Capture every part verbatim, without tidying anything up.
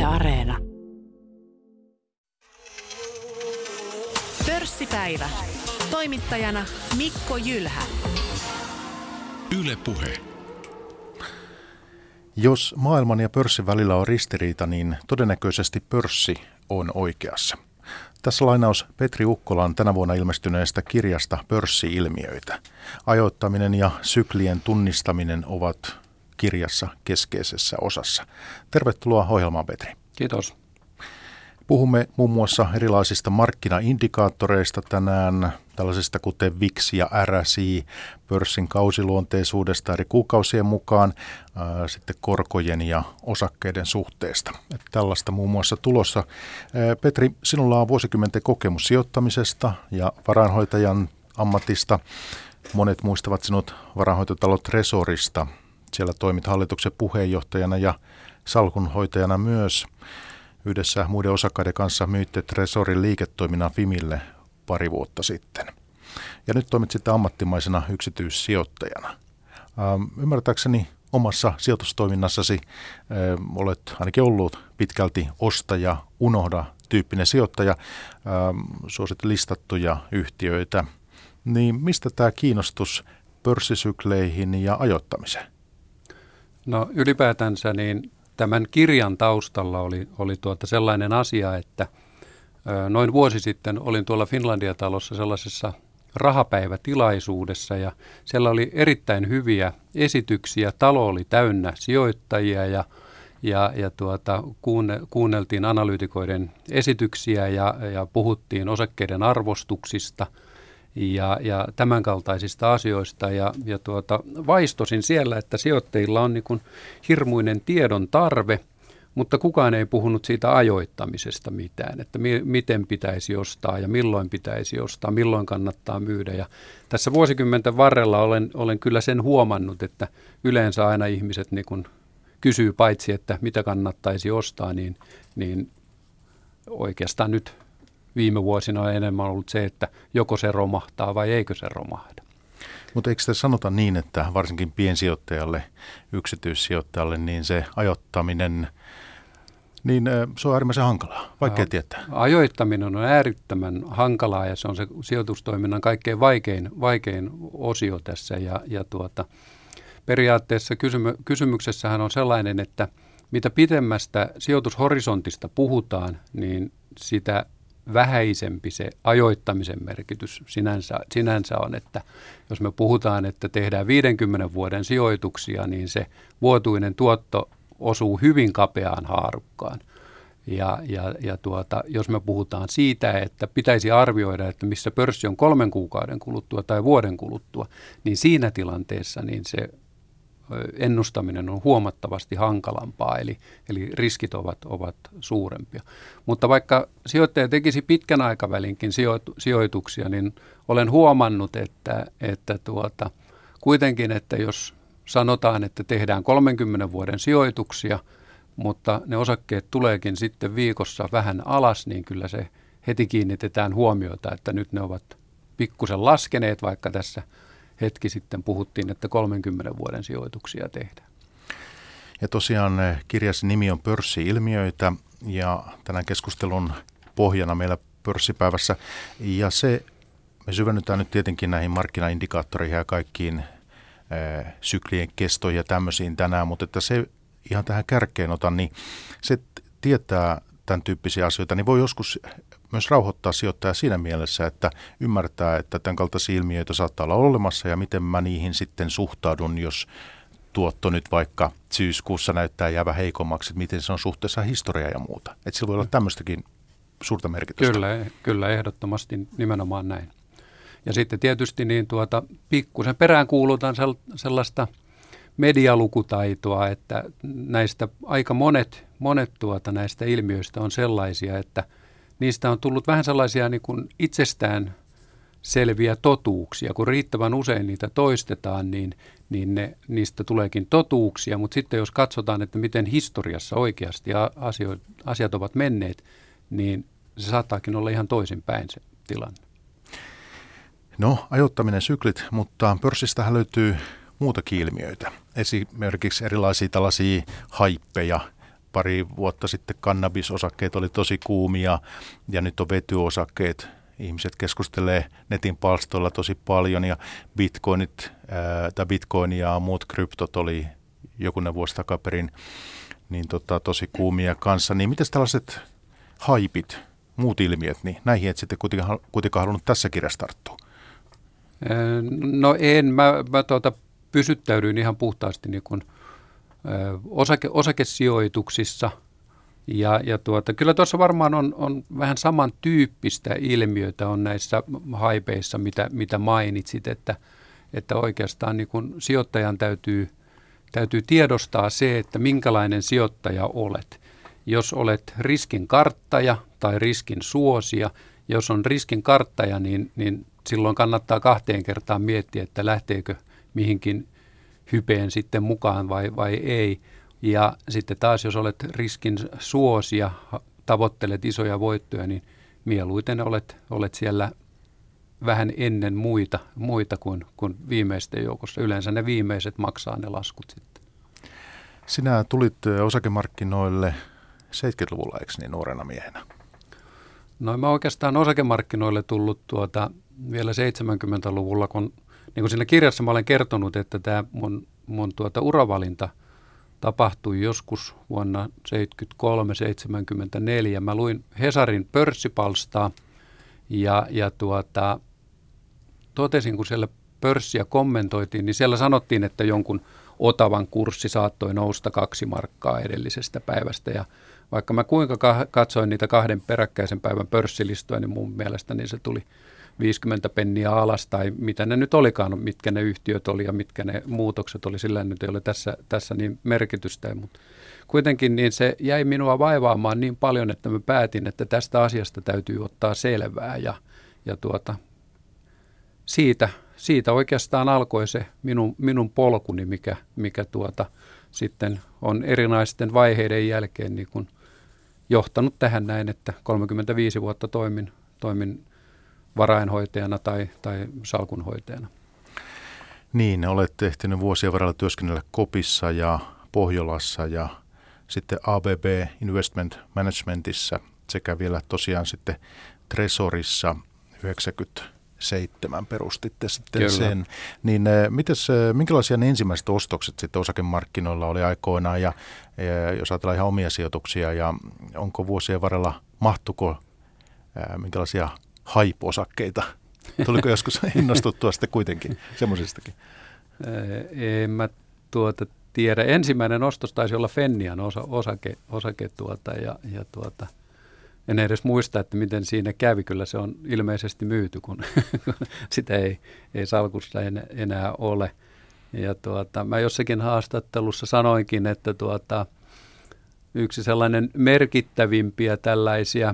Areena. Pörssipäivä. Toimittajana Mikko Jylhä. Yle Puhe. Jos maailman ja pörssin välillä on ristiriita, niin todennäköisesti pörssi on oikeassa. Tässä lainaus Petri Ukkolan tänä vuonna ilmestyneestä kirjasta Pörssi-ilmiöitä. Ajoittaminen ja syklien tunnistaminen ovat kirjassa keskeisessä osassa. Tervetuloa ohjelmaan, Petri. Kiitos. Puhumme muun muassa erilaisista markkinaindikaattoreista tänään, tällaisista kuten V I X ja R S I, pörssin kausiluonteisuudesta eri kuukausien mukaan, ää, sitten korkojen ja osakkeiden suhteesta. Että tällaista muun muassa tulossa. Ää, Petri, sinulla on vuosikymmenten kokemus sijoittamisesta ja varainhoitajan ammatista. Monet muistavat sinut varainhoitotalo Tresorista. Siellä toimit hallituksen puheenjohtajana ja salkunhoitajana myös. Yhdessä muiden osakkaiden kanssa myitte Tresorin liiketoiminnan Fimille pari vuotta sitten. Ja nyt toimit sitten ammattimaisena yksityissijoittajana. Ähm, ymmärtääkseni omassa sijoitustoiminnassasi äh, olet ainakin ollut pitkälti ostaja, unohda tyyppinen sijoittaja, ähm, suosit listattuja yhtiöitä. Niin mistä tämä kiinnostus pörssisykleihin ja ajoittamiseen? No ylipäätänsä niin tämän kirjan taustalla oli, oli tuota sellainen asia, että ö, noin vuosi sitten olin tuolla Finlandia-talossa sellaisessa rahapäivätilaisuudessa ja siellä oli erittäin hyviä esityksiä. Talo oli täynnä sijoittajia ja, ja, ja tuota, kuunne, kuunneltiin analyytikoiden esityksiä ja, ja puhuttiin osakkeiden arvostuksista ja, ja tämänkaltaisista asioista ja, ja tuota, vaistosin siellä, että sijoittajilla on niin kuin hirmuinen tiedon tarve, mutta kukaan ei puhunut siitä ajoittamisesta mitään, että mi- miten pitäisi ostaa ja milloin pitäisi ostaa, milloin kannattaa myydä. Ja tässä vuosikymmenten varrella olen, olen kyllä sen huomannut, että yleensä aina ihmiset niin kuin kysyy paitsi, että mitä kannattaisi ostaa, niin, niin oikeastaan nyt viime vuosina on enemmän ollut se, että joko se romahtaa vai eikö se romahda. Mutta eikö sitä sanota niin, että varsinkin piensijoittajalle, yksityissijoittajalle, niin se ajoittaminen, niin se on äärimmäisen hankalaa, vaikea tietää. Ajoittaminen on äärettömän hankalaa ja se on se sijoitustoiminnan kaikkein vaikein, vaikein osio tässä. Ja, ja tuota, periaatteessa kysymy, kysymyksessähän on sellainen, että mitä pitemmästä sijoitushorisontista puhutaan, niin sitä vähäisempi se ajoittamisen merkitys sinänsä, sinänsä on, että jos me puhutaan, että tehdään viidenkymmenen vuoden sijoituksia, niin se vuotuinen tuotto osuu hyvin kapeaan haarukkaan. Ja, ja, ja tuota, jos me puhutaan siitä, että pitäisi arvioida, että missä pörssi on kolmen kuukauden kuluttua tai vuoden kuluttua, niin siinä tilanteessa niin se ennustaminen on huomattavasti hankalampaa, eli, eli riskit ovat, ovat suurempia. Mutta vaikka sijoittaja tekisi pitkän aikavälinkin sijoitu, sijoituksia, niin olen huomannut, että, että tuota, kuitenkin, että jos sanotaan, että tehdään kolmenkymmenen vuoden sijoituksia, mutta ne osakkeet tuleekin sitten viikossa vähän alas, niin kyllä se heti kiinnitetään huomiota, että nyt ne ovat pikkusen laskeneet, vaikka tässä hetki sitten puhuttiin, että kolmenkymmenen vuoden sijoituksia tehdään. Ja tosiaan kirjasi nimi on Pörssi-ilmiöitä ja tänään keskustelun pohjana meillä pörssipäivässä. Ja se, me syvennytään nyt tietenkin näihin markkinaindikaattoreihin ja kaikkiin ää, syklien kestoihin ja tämmöisiin tänään, mutta että se ihan tähän kärkeen otan, niin se tietää tämän tyyppisiä asioita, niin voi joskus myös rauhoittaa sijoittajaa siinä mielessä, että ymmärtää, että tämän kaltaisia ilmiöitä saattaa olla olemassa ja miten mä niihin sitten suhtaudun, jos tuotto nyt vaikka syyskuussa näyttää jäävä heikommaksi, että miten se on suhteessa historiaa ja muuta. Että sillä voi olla tämmöistäkin suurta merkitystä. Kyllä, kyllä ehdottomasti nimenomaan näin. Ja sitten tietysti niin tuota, pikkusen peräänkuulutan sellaista medialukutaitoa, että näistä aika monet, monet tuota, näistä ilmiöistä on sellaisia, että niistä on tullut vähän sellaisia niin kuin itsestään selviä totuuksia. Kun riittävän usein niitä toistetaan, niin, niin ne, niistä tuleekin totuuksia. Mutta sitten jos katsotaan, että miten historiassa oikeasti asio, asiat ovat menneet, niin se saattaakin olla ihan toisinpäin se tilanne. No, ajoittaminen syklit, mutta pörssistähän löytyy muutakin ilmiöitä. Esimerkiksi erilaisia tällaisia haippeja, pari vuotta sitten kannabisosakkeet oli tosi kuumia ja nyt on vetyosakkeet. Ihmiset keskustelee netin palstoilla tosi paljon ja bitcoinit, ää, tai bitcoin ja muut kryptot oli jokunen vuosi takaperin niin tota, tosi kuumia kanssa. Niin miten tällaiset haipit, muut ilmiöt, niin näihin et sitten kuitenkaan, kuitenkaan halunnut tässä kirjassa tarttua? No en, mä, mä tuota, pysyttäydyin ihan puhtaasti niin kuin, ö, osake, osakesijoituksissa ja, ja tuota, kyllä tuossa varmaan on, on vähän samantyyppistä ilmiötä on näissä haipeissa, mitä, mitä mainitsit, että, että oikeastaan niin kuin sijoittajan täytyy, täytyy tiedostaa se, että minkälainen sijoittaja olet. Jos olet riskin karttaja tai riskin suosia, jos on riskin karttaja, niin, niin silloin kannattaa kahteen kertaan miettiä, että lähteekö mihinkin hypeen sitten mukaan vai, vai ei. Ja sitten taas, jos olet riskin suosia, tavoittelet isoja voittoja, niin mieluiten olet, olet siellä vähän ennen muita, muita kuin, kuin viimeisten joukossa. Yleensä ne viimeiset maksaa ne laskut sitten. Sinä tulit osakemarkkinoille seitsemänkymmentäluvulla, eikö niin, nuorena miehenä? No mä oikeastaan osakemarkkinoille tullut tuota, vielä seitsemänkymmentäluvulla, kun niin kuin siinä kirjassa mä olen kertonut, että tämä mun, mun tuota uravalinta tapahtui joskus vuonna seitsemänkymmentäkolme seitsemänkymmentäneljä. Mä luin Hesarin pörssipalstaa ja, ja tuota, totesin, kun siellä pörssiä kommentoitiin, niin siellä sanottiin, että jonkun Otavan kurssi saattoi nousta kaksi markkaa edellisestä päivästä ja vaikka mä kuinka katsoin niitä kahden peräkkäisen päivän pörssilistoja, niin mun mielestä niin se tuli viisikymmentä penniä alas tai mitä ne nyt olikaan, mitkä ne yhtiöt oli ja mitkä ne muutokset oli, sillä nyt ei ole tässä, tässä niin merkitystä. Mutta kuitenkin niin se jäi minua vaivaamaan niin paljon, että mä päätin, että tästä asiasta täytyy ottaa selvää ja, ja tuota, siitä, siitä oikeastaan alkoi se minun, minun polkuni, mikä, mikä tuota, sitten on erinäisten vaiheiden jälkeen niin kun johtanut tähän näin, että kolmekymmentäviisi vuotta toimin, toimin varainhoitajana tai, tai salkunhoitajana. Niin, olet ehtinyt vuosien varrella työskennellä Kopissa ja Pohjolassa ja sitten A B B Investment Managementissa sekä vielä tosiaan sitten Tresorissa yhdeksänkymmentäseitsemän perustitte sitten Kyllä. sen. Niin mites, minkälaisia ne ensimmäiset ostokset sitten osakemarkkinoilla oli aikoinaan ja, ja jos ajatellaan ihan omia sijoituksia ja onko vuosien varrella, mahtuko ää, minkälaisia hype-osakkeita? Tuliko joskus innostuttua sitten kuitenkin semmoisistakin? En mä tuota tiedä. Ensimmäinen ostos taisi olla Fennian osa, osake, osake tuota, ja, ja tuota, en edes muista, että miten siinä kävi. Kyllä se on ilmeisesti myyty, kun sitä ei, ei salkussa enää ole. Ja tuota, mä jossakin haastattelussa sanoinkin, että tuota, yksi sellainen merkittävimpiä tällaisia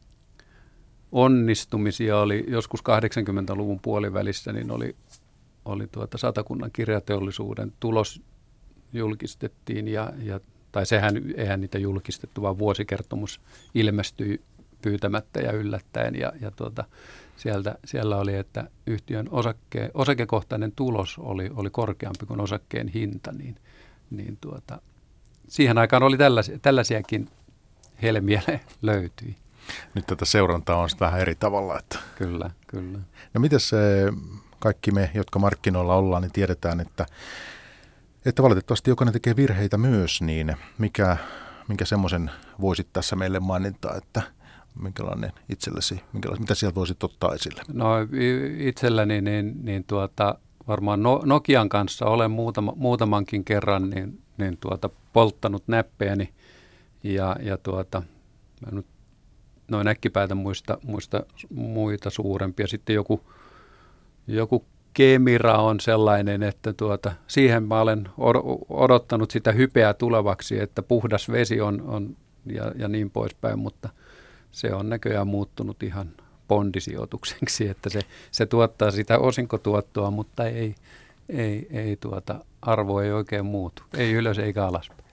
onnistumisia oli joskus kahdeksankymmentäluvun puolivälissä, niin oli, oli tuota Satakunnan kirjateollisuuden tulos julkistettiin, ja, ja, tai sehän, eihän niitä julkistettu, vaan vuosikertomus ilmestyi pyytämättä ja yllättäen, ja, ja tuota, sieltä, siellä oli, että yhtiön osakke, osakekohtainen tulos oli, oli korkeampi kuin osakkeen hinta, niin, niin tuota, siihen aikaan oli tällaisia, tällaisiakin helmiä löytyi. Nyt tätä seurantaa on sitten vähän eri tavalla. Että. Kyllä, kyllä. No mites kaikki me, jotka markkinoilla ollaan, niin tiedetään, että, että valitettavasti jokainen tekee virheitä myös, niin mikä, minkä semmoisen voisit tässä meille mainita, että minkälainen itsellesi, minkälainen, mitä sieltä voisit ottaa esille? No itselläni niin, niin tuota, varmaan no, Nokian kanssa olen muutama, muutamankin kerran niin, niin tuota, polttanut näppejäni ja, ja tuota, mä nyt noin äkkipäätä muista, muista muita suurempia. Sitten joku, joku Kemira on sellainen, että tuota, siihen mä olen odottanut sitä hypeää tulevaksi, että puhdas vesi on, on ja, ja niin poispäin, mutta se on näköjään muuttunut ihan bondisijoitukseksi, että se, se tuottaa sitä osinkotuottoa, mutta ei, ei, ei tuota, arvo ei oikein muutu, ei ylös eikä alaspäin.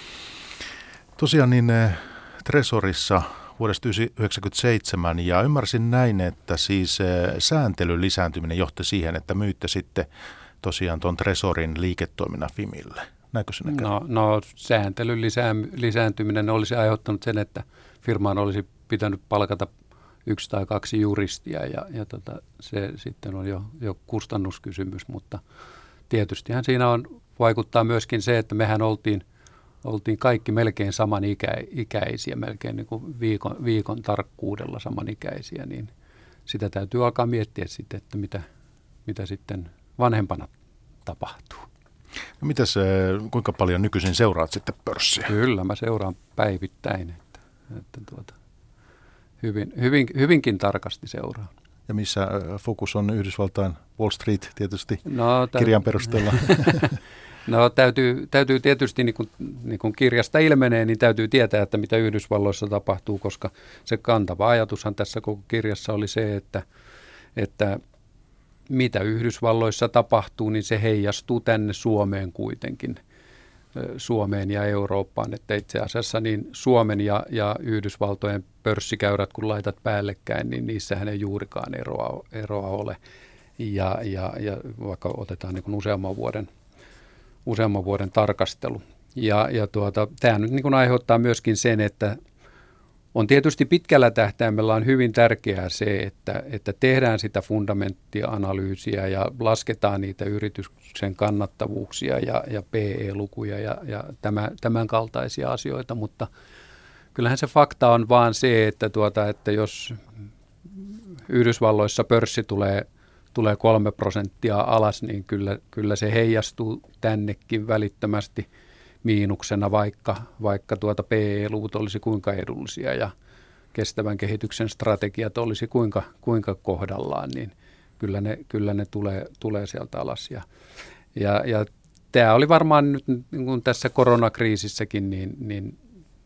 Tosiaan niin Tresorissa vuodesta yhdeksänkymmentäseitsemän ja ymmärsin näin, että siis sääntelyn lisääntyminen johti siihen, että myytte sitten tosiaan tuon Tresorin liiketoiminnan Fimille. Näinkö se näkee? No, no sääntelyn lisää, lisääntyminen olisi aiheuttanut sen, että firmaan olisi pitänyt palkata yksi tai kaksi juristia ja, ja tota, se sitten on jo, jo kustannuskysymys, mutta tietystihän siinä on, vaikuttaa myöskin se, että mehän oltiin, oltiin kaikki melkein samanikäisiä, melkein niin kuin viikon, viikon tarkkuudella samanikäisiä, niin sitä täytyy alkaa miettiä sitten, että mitä, mitä sitten vanhempana tapahtuu. No mitäs, kuinka paljon nykyisin seuraat sitten pörssiä? Kyllä, mä seuraan päivittäin, että, että tuota, hyvin, hyvin, hyvinkin tarkasti seuraan. Ja missä fokus on Yhdysvaltain Wall Street tietysti no, tä- kirjan perusteella? No täytyy, täytyy tietysti, niin kuin, niin kuin kirjasta ilmenee, niin täytyy tietää, että mitä Yhdysvalloissa tapahtuu, koska se kantava ajatushan tässä koko kirjassa oli se, että, että mitä Yhdysvalloissa tapahtuu, niin se heijastuu tänne Suomeen kuitenkin, Suomeen ja Eurooppaan. Että itse asiassa niin Suomen ja, ja Yhdysvaltojen pörssikäyrät, kun laitat päällekkäin, niin niissähän ei juurikaan eroa, eroa ole. Ja, ja, ja vaikka otetaan niin kuin useamman vuoden useamman vuoden tarkastelu. Ja, ja tuota, tämä nyt niin kuin aiheuttaa myöskin sen, että on tietysti pitkällä tähtäimellä on hyvin tärkeää se, että, että tehdään sitä fundamenttia-analyysiä ja lasketaan niitä yrityksen kannattavuuksia ja, ja P E-lukuja ja, ja tämä, tämän kaltaisia asioita, mutta kyllähän se fakta on vaan se, että, tuota, että jos Yhdysvalloissa pörssi tulee tulee kolme prosenttia alas, niin kyllä, kyllä se heijastuu tännekin välittömästi miinuksena, vaikka, vaikka tuota P E-luvut olisi kuinka edullisia ja kestävän kehityksen strategiat olisi kuinka, kuinka kohdallaan, niin kyllä ne, kyllä ne tulee, tulee sieltä alas. Ja, ja, ja tämä oli varmaan nyt niin kuin tässä koronakriisissäkin, niin, niin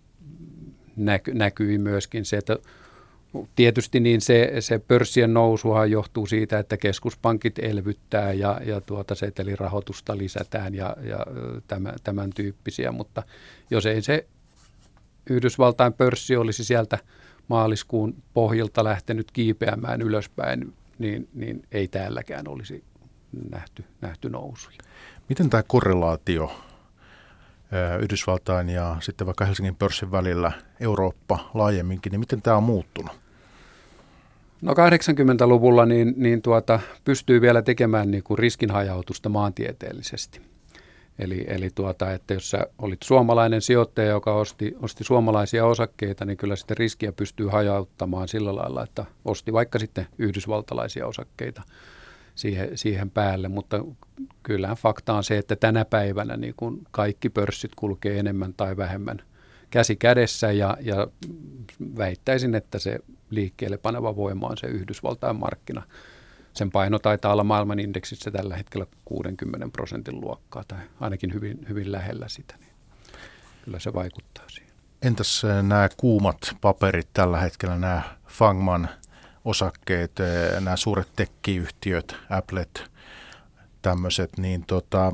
näky, näkyi myöskin se, että tietysti niin se, se pörssien nousuhan johtuu siitä, että keskuspankit elvyttää ja, ja tuota setelirahoitusta lisätään ja, ja tämän, tämän tyyppisiä, mutta jos ei se Yhdysvaltain pörssi olisi sieltä maaliskuun pohjilta lähtenyt kiipeämään ylöspäin, niin, niin ei täälläkään olisi nähty, nähty nousuja. Miten tämä korrelaatio Yhdysvaltain ja sitten vaikka Helsingin pörssin välillä, Eurooppa laajemminkin, niin miten tämä on muuttunut? No kahdeksankymmentäluvulla niin, niin tuota, pystyy vielä tekemään niin kuin riskinhajautusta maantieteellisesti. Eli, eli tuota, että jos sä olit suomalainen sijoittaja, joka osti, osti suomalaisia osakkeita, niin kyllä sitten riskiä pystyy hajauttamaan sillä lailla, että osti vaikka sitten yhdysvaltalaisia osakkeita siihen, siihen päälle, mutta kyllähän fakta on se, että tänä päivänä niin kun kaikki pörssit kulkee enemmän tai vähemmän käsi kädessä ja, ja väittäisin, että se liikkeelle paneva voima on se Yhdysvaltain markkina. Sen paino taitaa olla maailman indeksissä tällä hetkellä kuudenkymmenen prosentin luokkaa tai ainakin hyvin, hyvin lähellä sitä, niin kyllä se vaikuttaa siihen. Entäs nämä kuumat paperit tällä hetkellä, nämä Fangman osakkeet, nämä suuret tekkiyhtiöt, Applet, tämmöiset, niin tota,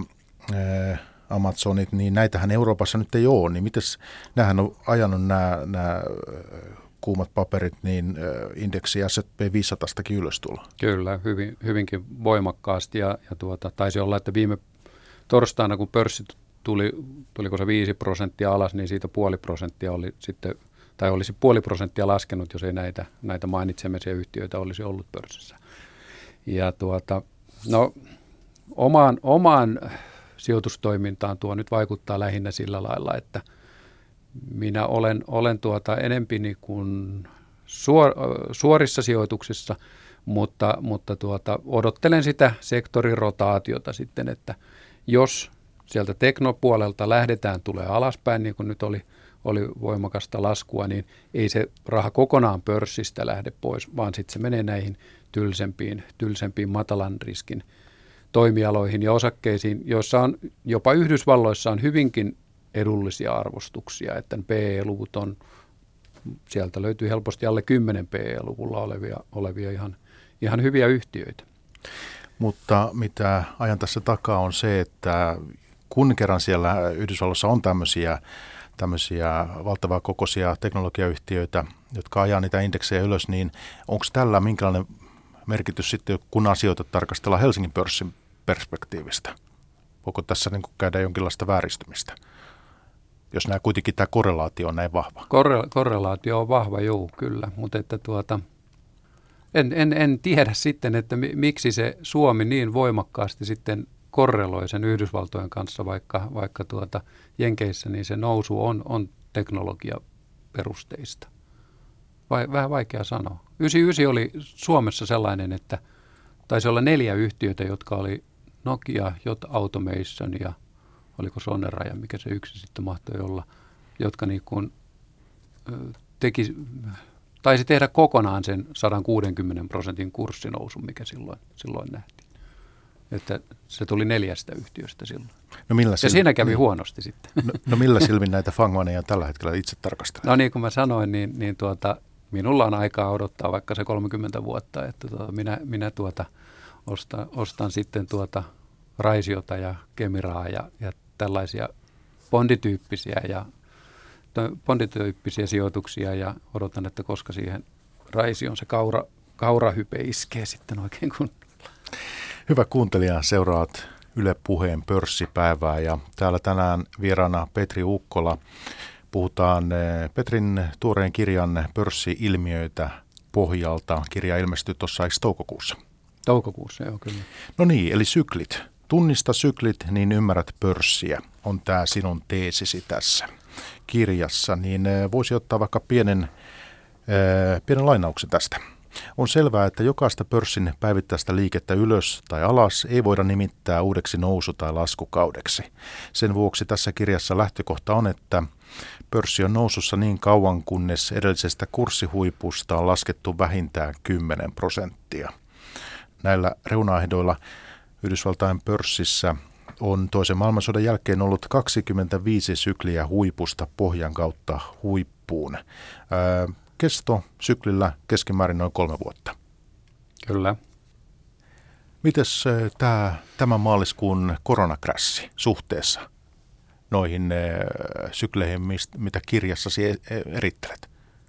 Amazonit, niin näitähän Euroopassa nyt ei ole, niin mites, nämähän on ajanut nämä, nämä kuumat paperit, niin indeksi S and P viisisataa ylös tulla. Kyllä, hyvin, hyvinkin voimakkaasti ja, ja tuota, taisi olla, että viime torstaina, kun pörssi tuli, tuliko se viisi prosenttia alas, niin siitä puoli prosenttia oli sitten, tai olisi puoli prosenttia laskenut, jos ei näitä, näitä mainitsemisia yhtiöitä olisi ollut pörssissä. Ja tuota, no omaan, omaan sijoitustoimintaan tuo nyt vaikuttaa lähinnä sillä lailla, että minä olen, olen tuota enempi niin kuin suor, suorissa sijoituksissa, mutta, mutta tuota, odottelen sitä sektorirotaatiota sitten, että jos sieltä teknopuolelta lähdetään, tulee alaspäin, niin kuin nyt oli, oli voimakasta laskua, niin ei se raha kokonaan pörssistä lähde pois, vaan sitten se menee näihin tylsempiin, tylsempiin matalan riskin toimialoihin ja osakkeisiin, joissa on jopa Yhdysvalloissa on hyvinkin edullisia arvostuksia, että P E-luvut on, sieltä löytyy helposti alle kymmenen P E-luvulla olevia, olevia ihan, ihan hyviä yhtiöitä. Mutta mitä ajan tässä takaa on se, että kun kerran siellä Yhdysvalloissa on tämmöisiä, tämmöisiä valtavaa kokoisia teknologiayhtiöitä, jotka ajaa niitä indeksejä ylös, niin onko tällä minkälainen merkitys sitten, kun asioita tarkastellaan Helsingin pörssin perspektiivistä? Voiko tässä niin kuin käydä jonkinlaista vääristymistä, jos nämä kuitenkin tämä korrelaatio on näin vahva? Korre, korrelaatio on vahva, joo, kyllä, mutta että tuota, en, en, en tiedä sitten, että mi, miksi se Suomi niin voimakkaasti sitten korreloi sen Yhdysvaltojen kanssa, vaikka, vaikka tuota Jenkeissä niin se nousu on, on teknologiaperusteista. Vai, vähän vaikea sanoa. yhdeksänkymmentäyhdeksän oli Suomessa sellainen, että taisi olla neljä yhtiötä, jotka oli Nokia, J-Automation ja oliko Sonera ja mikä se yksi sitten mahtoi olla, jotka niin kuin teki, taisi tehdä kokonaan sen sata kuusikymmentä prosentin kurssinousun, mikä silloin, silloin nähtiin. Että se tuli neljästä yhtiöstä silloin. No millä ja silmin, siinä kävi niin, huonosti sitten. No, no millä silmin näitä fangmaneja tällä hetkellä itse tarkastelee? No niin kuin mä sanoin, niin, niin tuota, minulla on aikaa odottaa vaikka se kolmekymmentä vuotta, että tuota, minä, minä tuota, ostan, ostan sitten tuota Raisiota ja Kemiraa ja, ja tällaisia bondityyppisiä ja bondityyppisiä sijoituksia ja odotan, että koska siihen Raisioon se kaura, kaurahype iskee sitten oikein kunnolla. Hyvä kuuntelija, seuraat Yle Puheen pörssipäivää ja täällä tänään vieraana Petri Ukkola. Puhutaan Petrin tuoreen kirjan Pörssi-ilmiöitä pohjalta. Kirja ilmestyi tuossa eikö toukokuussa? Toukokuussa, joo kyllä. No niin, eli syklit. Tunnista syklit, niin ymmärrät pörssiä, on tämä sinun teesisi tässä kirjassa. Niin voisi ottaa vaikka pienen, pienen lainauksen tästä. On selvää, että jokaista pörssin päivittäistä liikettä ylös tai alas ei voida nimittää uudeksi nousu- tai laskukaudeksi. Sen vuoksi tässä kirjassa lähtökohta on, että pörssi on nousussa niin kauan, kunnes edellisestä kurssihuipusta on laskettu vähintään kymmenen prosenttia. Näillä reunaehdoilla Yhdysvaltain pörssissä on toisen maailmansodan jälkeen ollut kaksikymmentäviisi sykliä huipusta pohjan kautta huippuun. Ää, kesto syklillä keskimäärin noin kolme vuotta. Kyllä. Mites tämä, tämän maaliskuun koronakrässi suhteessa noihin ää, sykleihin, mistä, mitä kirjassasi erittelet?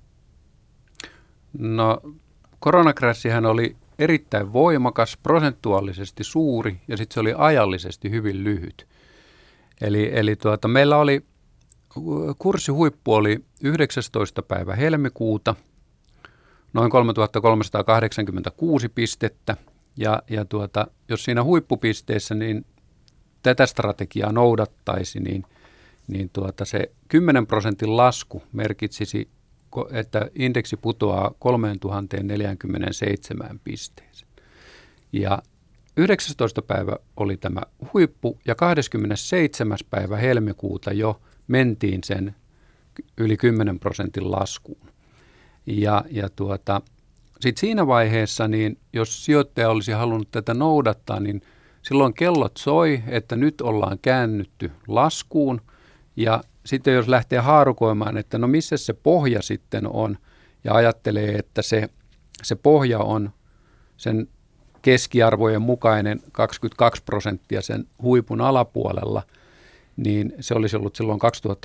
No koronakrässihän oli erittäin voimakas, prosentuaalisesti suuri ja sitten se oli ajallisesti hyvin lyhyt. Eli, eli tuota, meillä oli kurssihuippu oli yhdeksästoista päivä helmikuuta, noin kolmetuhattakolmesataakahdeksankymmentäkuusi pistettä. Ja, ja tuota, jos siinä huippupisteessä niin tätä strategiaa noudattaisi, niin, niin tuota, se kymmenen prosentin lasku merkitsisi, että indeksi putoaa kolmetuhattaneljäkymmentäseitsemän pisteeseen. Ja yhdeksästoista päivä oli tämä huippu ja kahdeskymmenesseitsemäs päivä helmikuuta jo mentiin sen yli kymmenen prosentin laskuun. Ja, ja tuota, sitten siinä vaiheessa, niin jos sijoittaja olisi halunnut tätä noudattaa, niin silloin kellot soi, että nyt ollaan käännytty laskuun. Ja sitten jos lähtee haarukoimaan, että no missä se pohja sitten on, ja ajattelee, että se, se pohja on sen keskiarvojen mukainen kaksikymmentäkaksi prosenttia sen huipun alapuolella, niin se olisi ollut silloin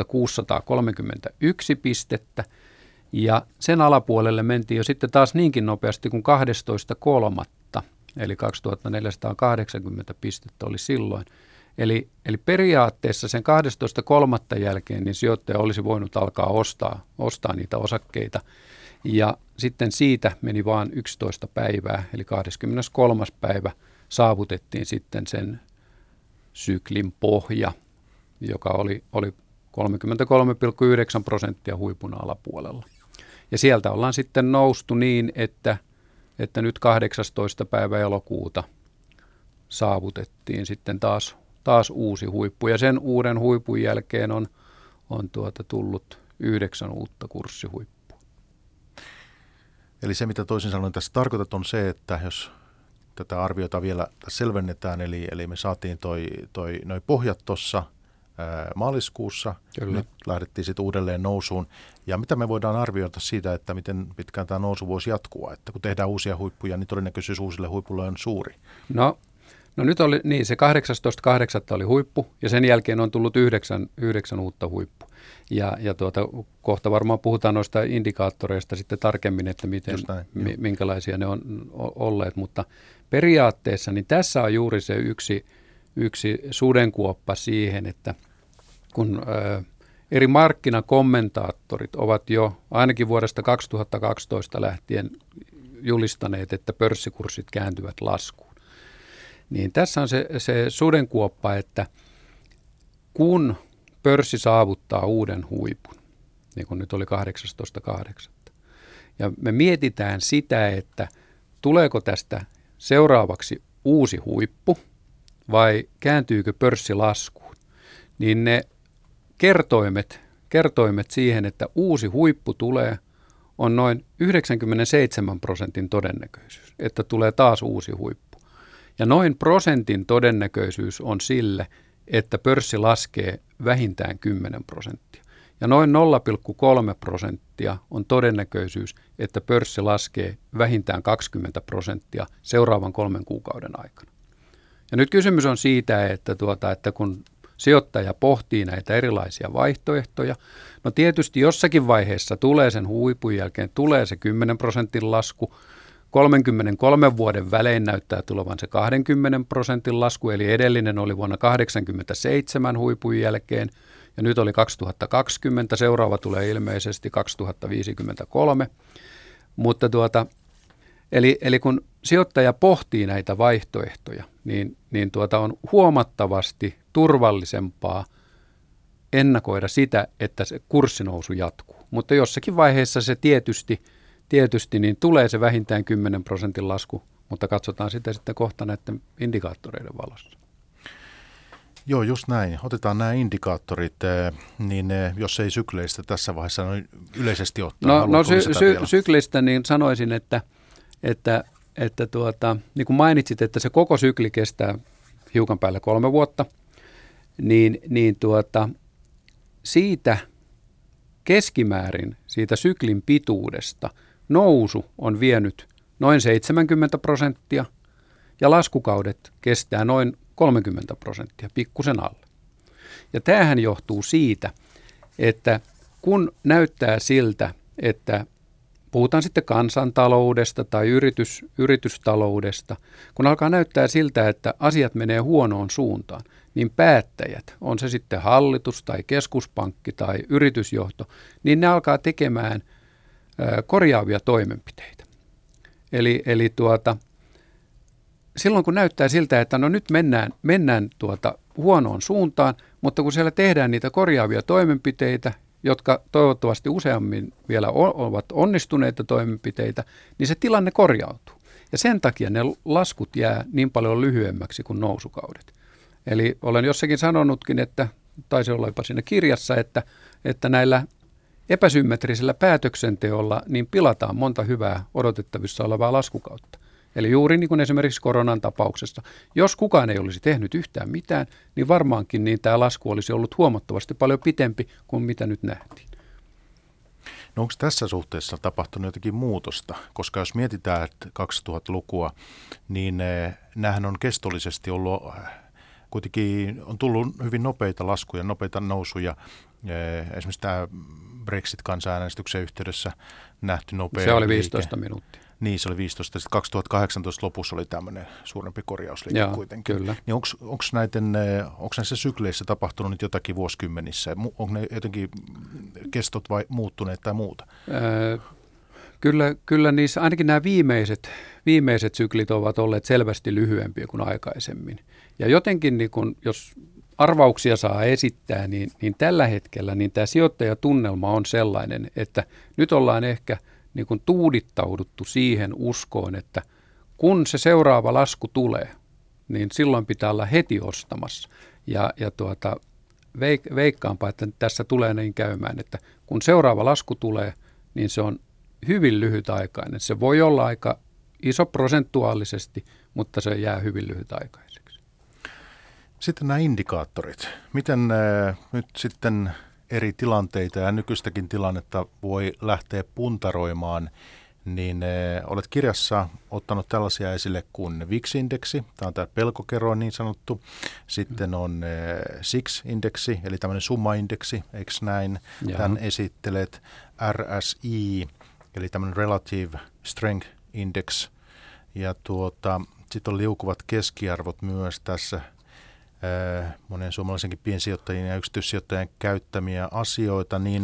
kaksituhattakuusisataakolmekymmentäyksi pistettä. Ja sen alapuolelle mentiin jo sitten taas niinkin nopeasti kuin kahdestoista kolmatta eli kaksituhattaneljäsataakahdeksankymmentä pistettä oli silloin. Eli, eli periaatteessa sen kahdestoista kolmatta jälkeen niin sijoittaja olisi voinut alkaa ostaa, ostaa niitä osakkeita. Ja sitten siitä meni vain yksitoista päivää, eli kahdeskymmeneskolmas päivä saavutettiin sitten sen syklin pohja, joka oli, oli kolmekymmentäkolme pilkku yhdeksän prosenttia huipun alapuolella. Ja sieltä ollaan sitten noustu niin, että, että nyt kahdeksastoista päivä elokuuta saavutettiin sitten taas, taas uusi huippu. Ja sen uuden huipun jälkeen on, on tuota tullut yhdeksän uutta kurssihuippua. Eli se, mitä toisin sanoen tässä tarkoitat, on se, että jos tätä arviota vielä selvennetään, eli, eli me saatiin toi, toi, noi pohjat tuossa maaliskuussa. Kyllä. Nyt lähdettiin sitten uudelleen nousuun. Ja mitä me voidaan arvioida siitä, että miten pitkään tämä nousu voisi jatkua? Että kun tehdään uusia huippuja, niin todennäköisyys uusille huipulle on suuri. No, no nyt oli niin, se kahdeksastoista kahdeksatta oli huippu ja sen jälkeen on tullut yhdeksän, yhdeksän uutta huippu. Ja, ja tuota, kohta varmaan puhutaan noista indikaattoreista sitten tarkemmin, että miten, näin, mi, minkälaisia ne on olleet. Mutta periaatteessa niin tässä on juuri se yksi yksi sudenkuoppa siihen, että kun ö, eri markkinakommentaattorit ovat jo ainakin vuodesta kaksituhattakaksitoista lähtien julistaneet, että pörssikurssit kääntyvät laskuun. Niin tässä on se, se sudenkuoppa, että kun pörssi saavuttaa uuden huipun, niin kuin nyt oli kahdeksastoista kahdeksatta ja me mietitään sitä, että tuleeko tästä seuraavaksi uusi huippu vai kääntyykö pörssi laskuun, niin ne kertoimet, kertoimet siihen, että uusi huippu tulee, on noin yhdeksänkymmentäseitsemän prosentin todennäköisyys, että tulee taas uusi huippu. Ja noin prosentin todennäköisyys on sille, että pörssi laskee vähintään kymmenen prosenttia. Ja noin nolla pilkku kolme prosenttia on todennäköisyys, että pörssi laskee vähintään kaksikymmentä prosenttia seuraavan kolmen kuukauden aikana. Ja nyt kysymys on siitä, että, tuota, että kun sijoittaja pohtii näitä erilaisia vaihtoehtoja, no tietysti jossakin vaiheessa tulee sen huipun jälkeen, tulee se kymmenen prosentin lasku, kolmekymmentäkolme vuoden välein näyttää tulevan se kaksikymmentä prosentin lasku, eli edellinen oli vuonna tuhatyhdeksänsataakahdeksankymmentäseitsemän huipun jälkeen, ja nyt oli kaksituhattakaksikymmentä, seuraava tulee ilmeisesti kaksituhattaviisikymmentäkolme, mutta tuota, eli, eli kun sijoittaja pohtii näitä vaihtoehtoja, niin, niin tuota on huomattavasti turvallisempaa ennakoida sitä, että se kurssinousu jatkuu, mutta jossakin vaiheessa se tietysti Tietysti niin tulee se vähintään kymmenen prosentin lasku, mutta katsotaan sitä sitten kohta näiden indikaattoreiden valossa. Joo, just näin. Otetaan nämä indikaattorit, niin jos ei sykleistä tässä vaiheessa no yleisesti ottaa. No, no sy- sy- syklistä niin sanoisin, että, että, että tuota, niin kuin mainitsit, että se koko sykli kestää hiukan päälle kolme vuotta, niin, niin tuota, siitä keskimäärin, siitä syklin pituudesta, nousu on vienyt noin seitsemänkymmentä prosenttia ja laskukaudet kestää noin kolmekymmentä prosenttia, pikkusen alle. Ja tämähän johtuu siitä, että kun näyttää siltä, että puhutaan sitten kansantaloudesta tai yritys, yritystaloudesta, kun alkaa näyttää siltä, että asiat menee huonoon suuntaan, niin päättäjät, on se sitten hallitus tai keskuspankki tai yritysjohto, niin ne alkaa tekemään korjaavia toimenpiteitä. Eli, eli tuota, silloin kun näyttää siltä, että no nyt mennään, mennään tuota huonoon suuntaan, mutta kun siellä tehdään niitä korjaavia toimenpiteitä, jotka toivottavasti useammin vielä ovat onnistuneita toimenpiteitä, niin se tilanne korjautuu. Ja sen takia ne laskut jää niin paljon lyhyemmäksi kuin nousukaudet. Eli olen jossakin sanonutkin, että taisi olla jopa siinä kirjassa, että, että näillä epäsymmetrisellä päätöksenteolla niin pilataan monta hyvää odotettavissa olevaa laskukautta. Eli juuri niin kuin esimerkiksi koronan tapauksessa, jos kukaan ei olisi tehnyt yhtään mitään, niin varmaankin niin tämä lasku olisi ollut huomattavasti paljon pitempi kuin mitä nyt nähtiin. No onko tässä suhteessa tapahtunut jotakin muutosta? Koska jos mietitään että kaksituhattalukua, niin näähän on kestollisesti ollut, kuitenkin on tullut hyvin nopeita laskuja, nopeita nousuja. Esimerkiksi tämä Brexit-kansanäänestyksen yhteydessä nähty nopea Se oli viisitoista liike. Minuuttia. Niin, se oli viisitoista. Sitten kaksituhattakahdeksantoista lopussa oli tämmöinen suurempi korjausliike Joo, kuitenkin. Kyllä. Niin onko näissä sykleissä tapahtunut nyt jotakin vuosikymmenissä? Onko ne jotenkin kestot vai muuttuneet tai muuta? Öö, kyllä, kyllä niissä ainakin nämä viimeiset, viimeiset syklit ovat olleet selvästi lyhyempiä kuin aikaisemmin. Ja jotenkin niin kun, jos arvauksia saa esittää, niin, niin tällä hetkellä niin tämä sijoittajatunnelma on sellainen, että nyt ollaan ehkä niin kuin tuudittauduttu siihen uskoon, että kun se seuraava lasku tulee, niin silloin pitää olla heti ostamassa. Ja, ja tuota, veik, veikkaanpa, että tässä tulee niin käymään, että kun seuraava lasku tulee, niin se on hyvin lyhytaikainen. Se voi olla aika iso prosentuaalisesti, mutta se jää hyvin lyhytaikaiseksi. Sitten nämä indikaattorit. Miten äh, nyt sitten eri tilanteita ja nykyistäkin tilannetta voi lähteä puntaroimaan, niin äh, olet kirjassa ottanut tällaisia esille kuin V I X-indeksi, tämä on tämä pelkokerroin niin sanottu, sitten on äh, S I X-indeksi, eli tämmöinen summaindeksi, eikö näin, Jaa. Tämän esittelet, R S I, eli tämmöinen Relative Strength Index, ja tuota, sitten on liukuvat keskiarvot myös tässä monen suomalaisenkin piensijoittajien ja yksityissijoittajien käyttämiä asioita, niin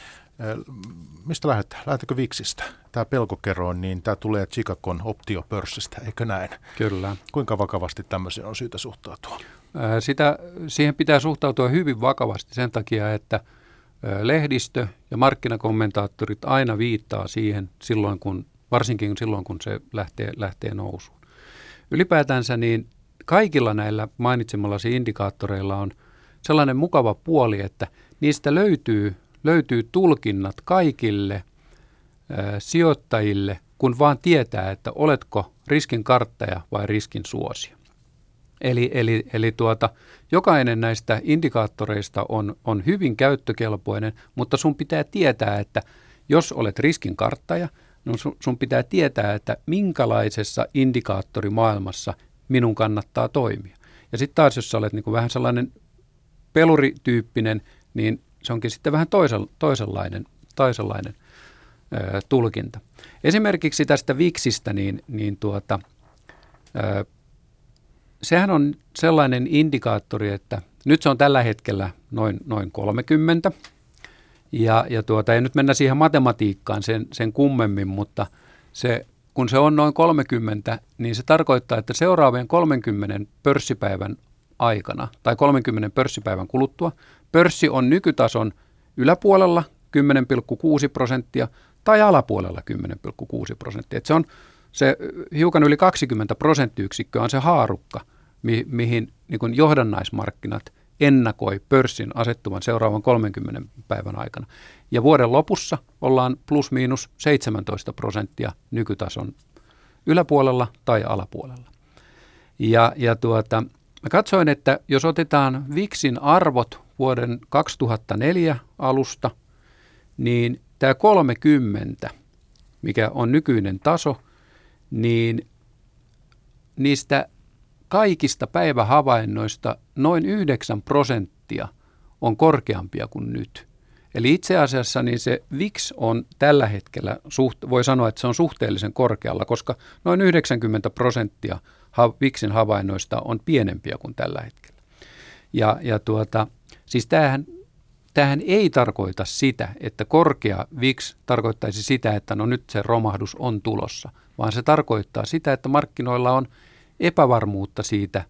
mistä lähdetään? Lähdetäänkö Vixistä? Tämä pelkokerroin, niin tämä tulee Chicagon optiopörssistä, eikö näin? Kyllä. Kuinka vakavasti tämmöiseen on syytä suhtautua? Sitä, siihen pitää suhtautua hyvin vakavasti sen takia, että lehdistö ja markkinakommentaattorit aina viittaa siihen silloin, kun, varsinkin silloin, kun se lähtee, lähtee nousuun. Ylipäätänsä niin kaikilla näillä mainitsemallasi indikaattoreilla on sellainen mukava puoli, että niistä löytyy, löytyy tulkinnat kaikille ää, sijoittajille, kun vaan tietää, että oletko riskin karttaja vai riskin suosia. Eli, eli, eli tuota, jokainen näistä indikaattoreista on, on hyvin käyttökelpoinen, mutta sun pitää tietää, että jos olet riskin karttaja, no sun, sun pitää tietää, että minkälaisessa indikaattorimaailmassa minun kannattaa toimia. Ja sitten taas, jos sä olet niinku vähän sellainen pelurityyppinen, niin se onkin sitten vähän toisenlainen, toisenlainen ö, tulkinta. Esimerkiksi tästä Vixistä, niin, niin tuota, ö, sehän on sellainen indikaattori, että nyt se on tällä hetkellä noin, noin kolmekymmentä. Ja, ja tuota, ei nyt mennä siihen matematiikkaan sen, sen kummemmin, mutta se, kun se on noin kolmekymmentä, niin se tarkoittaa, että seuraavien kolmenkymmenen pörssipäivän aikana tai kolmenkymmenen pörssipäivän kuluttua pörssi on nykytason yläpuolella kymmenen pilkku kuusi prosenttia tai alapuolella kymmenen pilkku kuusi prosenttia. Et se on se hiukan yli kaksikymmentä prosenttiyksikköä on se haarukka, mi- mihin niin kuin johdannaismarkkinat ennakoi pörssin asettuvan seuraavan kolmenkymmenen päivän aikana. Ja vuoden lopussa ollaan plus miinus seitsemäntoista prosenttia nykytason yläpuolella tai alapuolella. Ja, ja tuota, mä katsoin, että jos otetaan Vixin arvot vuoden kaksituhattaneljä alusta, niin tämä kolmekymmentä, mikä on nykyinen taso, niin niistä kaikista päivähavainnoista noin yhdeksän prosenttia on korkeampia kuin nyt. Eli itse asiassa niin se Vix on tällä hetkellä, suht, voi sanoa, että se on suhteellisen korkealla, koska noin yhdeksänkymmentä prosenttia Vixin havainnoista on pienempiä kuin tällä hetkellä. Ja, ja tuota, siis tämähän, tämähän ei tarkoita sitä, että korkea Vix tarkoittaisi sitä, että no nyt se romahdus on tulossa, vaan se tarkoittaa sitä, että markkinoilla on epävarmuutta siitä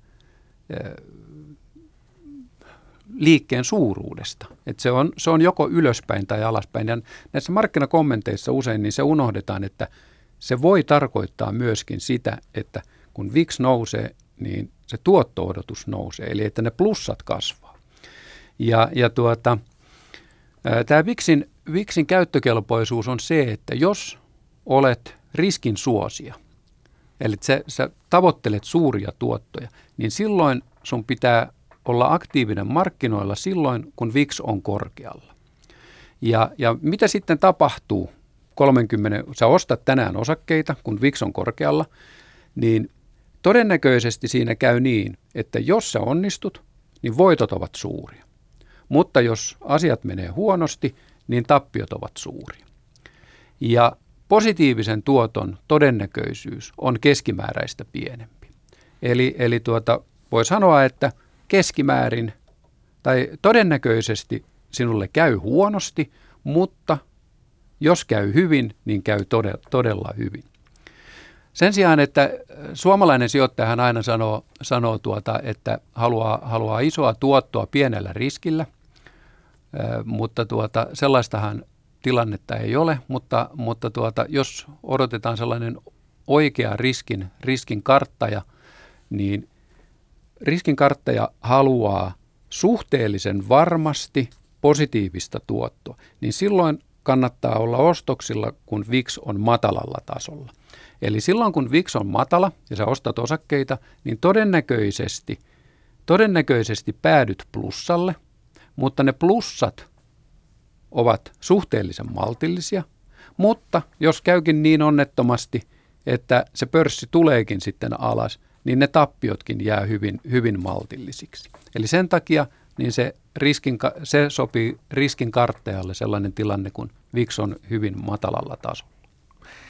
liikkeen suuruudesta. Että se on, se on joko ylöspäin tai alaspäin. Ja näissä markkinakommenteissa usein niin se unohdetaan, että se voi tarkoittaa myöskin sitä, että kun Vix nousee, niin se tuotto-odotus nousee, eli että ne plussat kasvaa. Ja, ja tuota, tämä Vixin, Vixin käyttökelpoisuus on se, että jos olet riskin suosia, eli sä, sä tavoittelet suuria tuottoja, niin silloin sun pitää olla aktiivinen markkinoilla silloin, kun Vix on korkealla. Ja, ja mitä sitten tapahtuu? kolmekymmentä, sä ostat tänään osakkeita, kun Vix on korkealla, niin todennäköisesti siinä käy niin, että jos sä onnistut, niin voitot ovat suuria. Mutta jos asiat menee huonosti, niin tappiot ovat suuria. Ja positiivisen tuoton todennäköisyys on keskimääräistä pienempi. Eli, eli tuota, voi sanoa, että keskimäärin tai todennäköisesti sinulle käy huonosti, mutta jos käy hyvin, niin käy todella, todella hyvin. Sen sijaan, että suomalainen sijoittajahan aina sanoo, sanoo tuota, että haluaa, haluaa isoa tuottoa pienellä riskillä, mutta tuota, sellaistahan tilannetta ei ole, mutta, mutta tuota, jos odotetaan sellainen oikea riskin, riskin karttaja, niin riskin karttaja haluaa suhteellisen varmasti positiivista tuottoa, niin silloin kannattaa olla ostoksilla, kun Vix on matalalla tasolla. Eli silloin, kun Vix on matala ja sä ostat osakkeita, niin todennäköisesti, todennäköisesti päädyt plussalle, mutta ne plussat ovat suhteellisen maltillisia, mutta jos käykin niin onnettomasti, että se pörssi tuleekin sitten alas, niin ne tappiotkin jää hyvin, hyvin maltillisiksi. Eli sen takia niin se, riskin, se sopii riskin karttajalle sellainen tilanne, kun Vix on hyvin matalalla tasolla.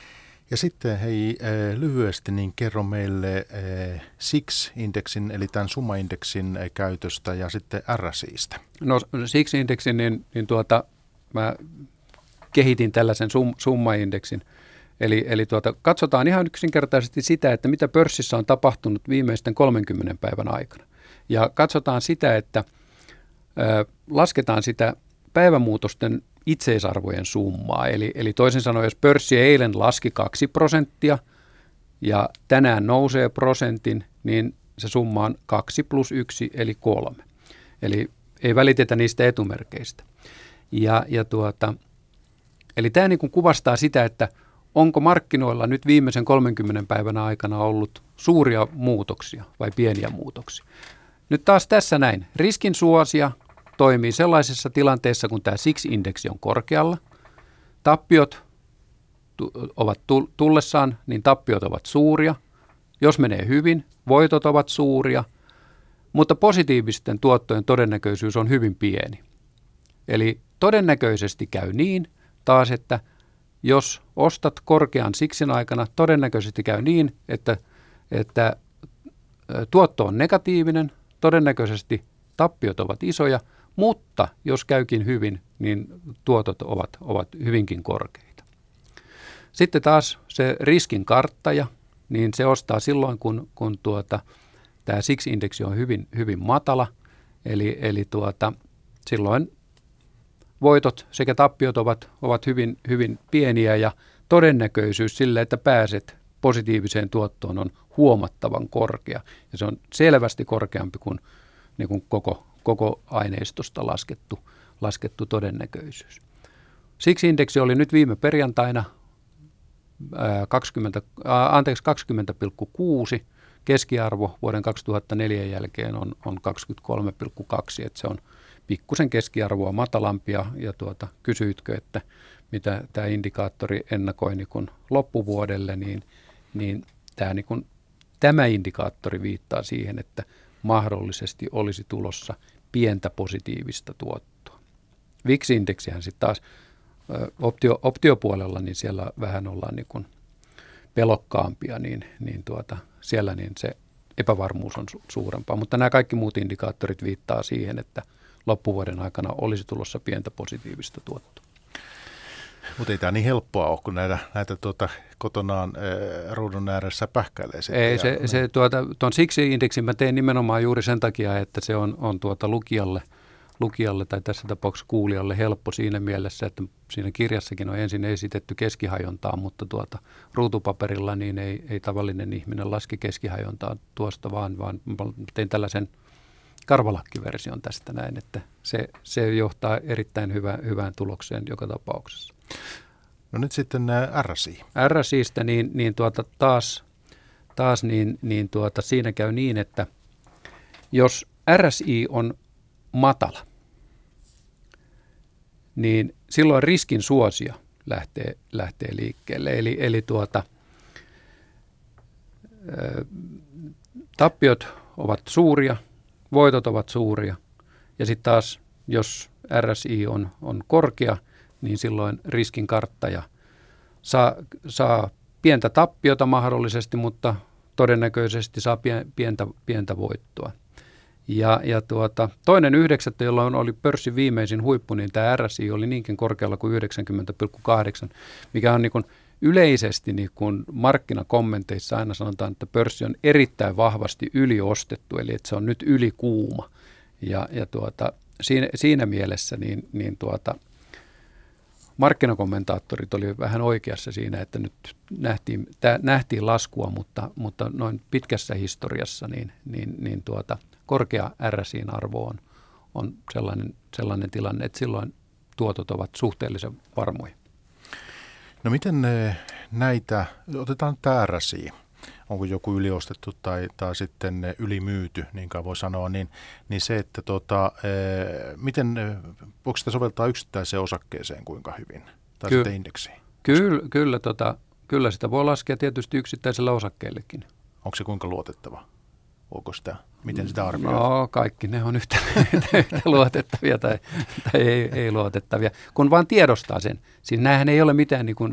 Ja sitten hei, lyhyesti niin kerro meille S I X-indeksin, eli tämän summaindeksin käytöstä ja sitten R S I:stä. No S I X-indeksin, niin, niin tuota, mä kehitin tällaisen sum, summaindeksin. Eli, eli tuota, katsotaan ihan yksinkertaisesti sitä, että mitä pörssissä on tapahtunut viimeisten kolmenkymmenen päivän aikana. Ja katsotaan sitä, että ö, lasketaan sitä päivämuutosten itseisarvojen summaa. Eli, eli toisin sanoen, jos pörssi eilen laski kaksi prosenttia ja tänään nousee prosentin, niin se summa on kaksi plus yksi eli kolme. Eli ei välitetä niistä etumerkeistä. Ja, ja tuota, eli tämä niin kuin kuvastaa sitä, että onko markkinoilla nyt viimeisen kolmenkymmenen päivän aikana ollut suuria muutoksia vai pieniä muutoksia. Nyt taas tässä näin. Riskin suosia toimii sellaisessa tilanteessa, kun tämä S I X-indeksi on korkealla. Tappiot tu- ovat tullessaan, niin tappiot ovat suuria. Jos menee hyvin, voitot ovat suuria, mutta positiivisten tuottojen todennäköisyys on hyvin pieni. Eli todennäköisesti käy niin taas, että jos ostat korkean S I Xin aikana, todennäköisesti käy niin, että, että tuotto on negatiivinen, todennäköisesti tappiot ovat isoja, mutta jos käykin hyvin, niin tuotot ovat, ovat hyvinkin korkeita. Sitten taas se riskin karttaja, niin se ostaa silloin, kun, kun tuota, tämä S I X-indeksi on hyvin, hyvin matala, eli, eli tuota, silloin voitot sekä tappiot ovat, ovat hyvin, hyvin pieniä ja todennäköisyys sille, että pääset positiiviseen tuottoon on huomattavan korkea. Ja se on selvästi korkeampi kuin, niin kuin koko, koko aineistosta laskettu, laskettu todennäköisyys. Siksi indeksi oli nyt viime perjantaina ää, kaksikymmentä, ää, anteeksi, kaksikymmentä pilkku kuusi. Keskiarvo vuoden kaksituhattaneljä jälkeen on, on kaksikymmentäkolme pilkku kaksi, että se on pikkusen keskiarvoa matalampia, ja tuota, kysyitkö, että mitä tämä indikaattori ennakoi niin kun loppuvuodelle, niin, niin, tämä, niin kun, tämä indikaattori viittaa siihen, että mahdollisesti olisi tulossa pientä positiivista tuottoa. V I X-indeksihän sitten taas optio, optiopuolella, niin siellä vähän ollaan niin kun pelokkaampia, niin, niin tuota, siellä niin se epävarmuus on su- suurempaa, mutta nämä kaikki muut indikaattorit viittaa siihen, että loppuvuoden aikana olisi tulossa pientä positiivista tuottoa. Mutta ei tämä niin helppoa ole, kun näitä, näitä tuota, kotonaan ää, ruudun ääressä pähkäilee. Ei, se, se tuota, tuon siksi-indeksin mä tein nimenomaan juuri sen takia, että se on, on tuota lukijalle, lukijalle tai tässä tapauksessa kuulijalle helppo siinä mielessä, että siinä kirjassakin on ensin esitetty keskihajontaa, mutta tuota, ruutupaperilla niin ei, ei tavallinen ihminen laske keskihajontaa tuosta vaan, vaan tein tällaisen karvalakkiversion tästä näin, että se, se johtaa erittäin hyvä, hyvään tulokseen joka tapauksessa. No nyt sitten nämä R S I. R S I:stä niin, niin tuota taas, taas niin, niin tuota siinä käy niin, että jos R S I on matala, niin silloin riskin suosia lähtee, lähtee liikkeelle. Eli, eli tuota, ä, tappiot ovat suuria, voitot ovat suuria, ja sitten taas, jos R S I on, on korkea, niin silloin riskin karttaja saa, saa pientä tappiota mahdollisesti, mutta todennäköisesti saa pientä, pientä voittoa. Ja, ja tuota, toinen yhdeksättä, jolloin oli pörssin viimeisin huippu, niin tämä R S I oli niinkin korkealla kuin yhdeksänkymmentä pilkku kahdeksan, mikä on niin kuin yleisesti niin kuin markkinakommenteissa aina sanotaan, että pörssi on erittäin vahvasti yliostettu, eli että se on nyt ylikuuma. Ja, ja tuota, siinä, siinä mielessä niin, niin tuota, markkinakommentaattorit oli vähän oikeassa siinä, että nyt nähtiin, tää, nähtiin laskua, mutta, mutta noin pitkässä historiassa niin, niin, niin tuota, korkea R S I:n arvo on, on sellainen, sellainen tilanne, että silloin tuotot ovat suhteellisen varmoja. No miten näitä, otetaan tämä R S I, onko joku yliostettu tai, tai sitten ylimyyty, niin kuin voi sanoa, niin, niin se, että tota, miten, voiko sitä soveltaa yksittäiseen osakkeeseen kuinka hyvin, tai Ky- sitten indeksiin? Kyllä, kyllä, tota, kyllä sitä voi laskea tietysti yksittäisellä osakkeellekin. Onko se kuinka luotettava? Onko sitä, miten sitä arvioit? No kaikki ne on yhtä, yhtä luotettavia tai, tai ei, ei luotettavia, kun vaan tiedostaa sen. Siis näähän ei ole mitään niin kuin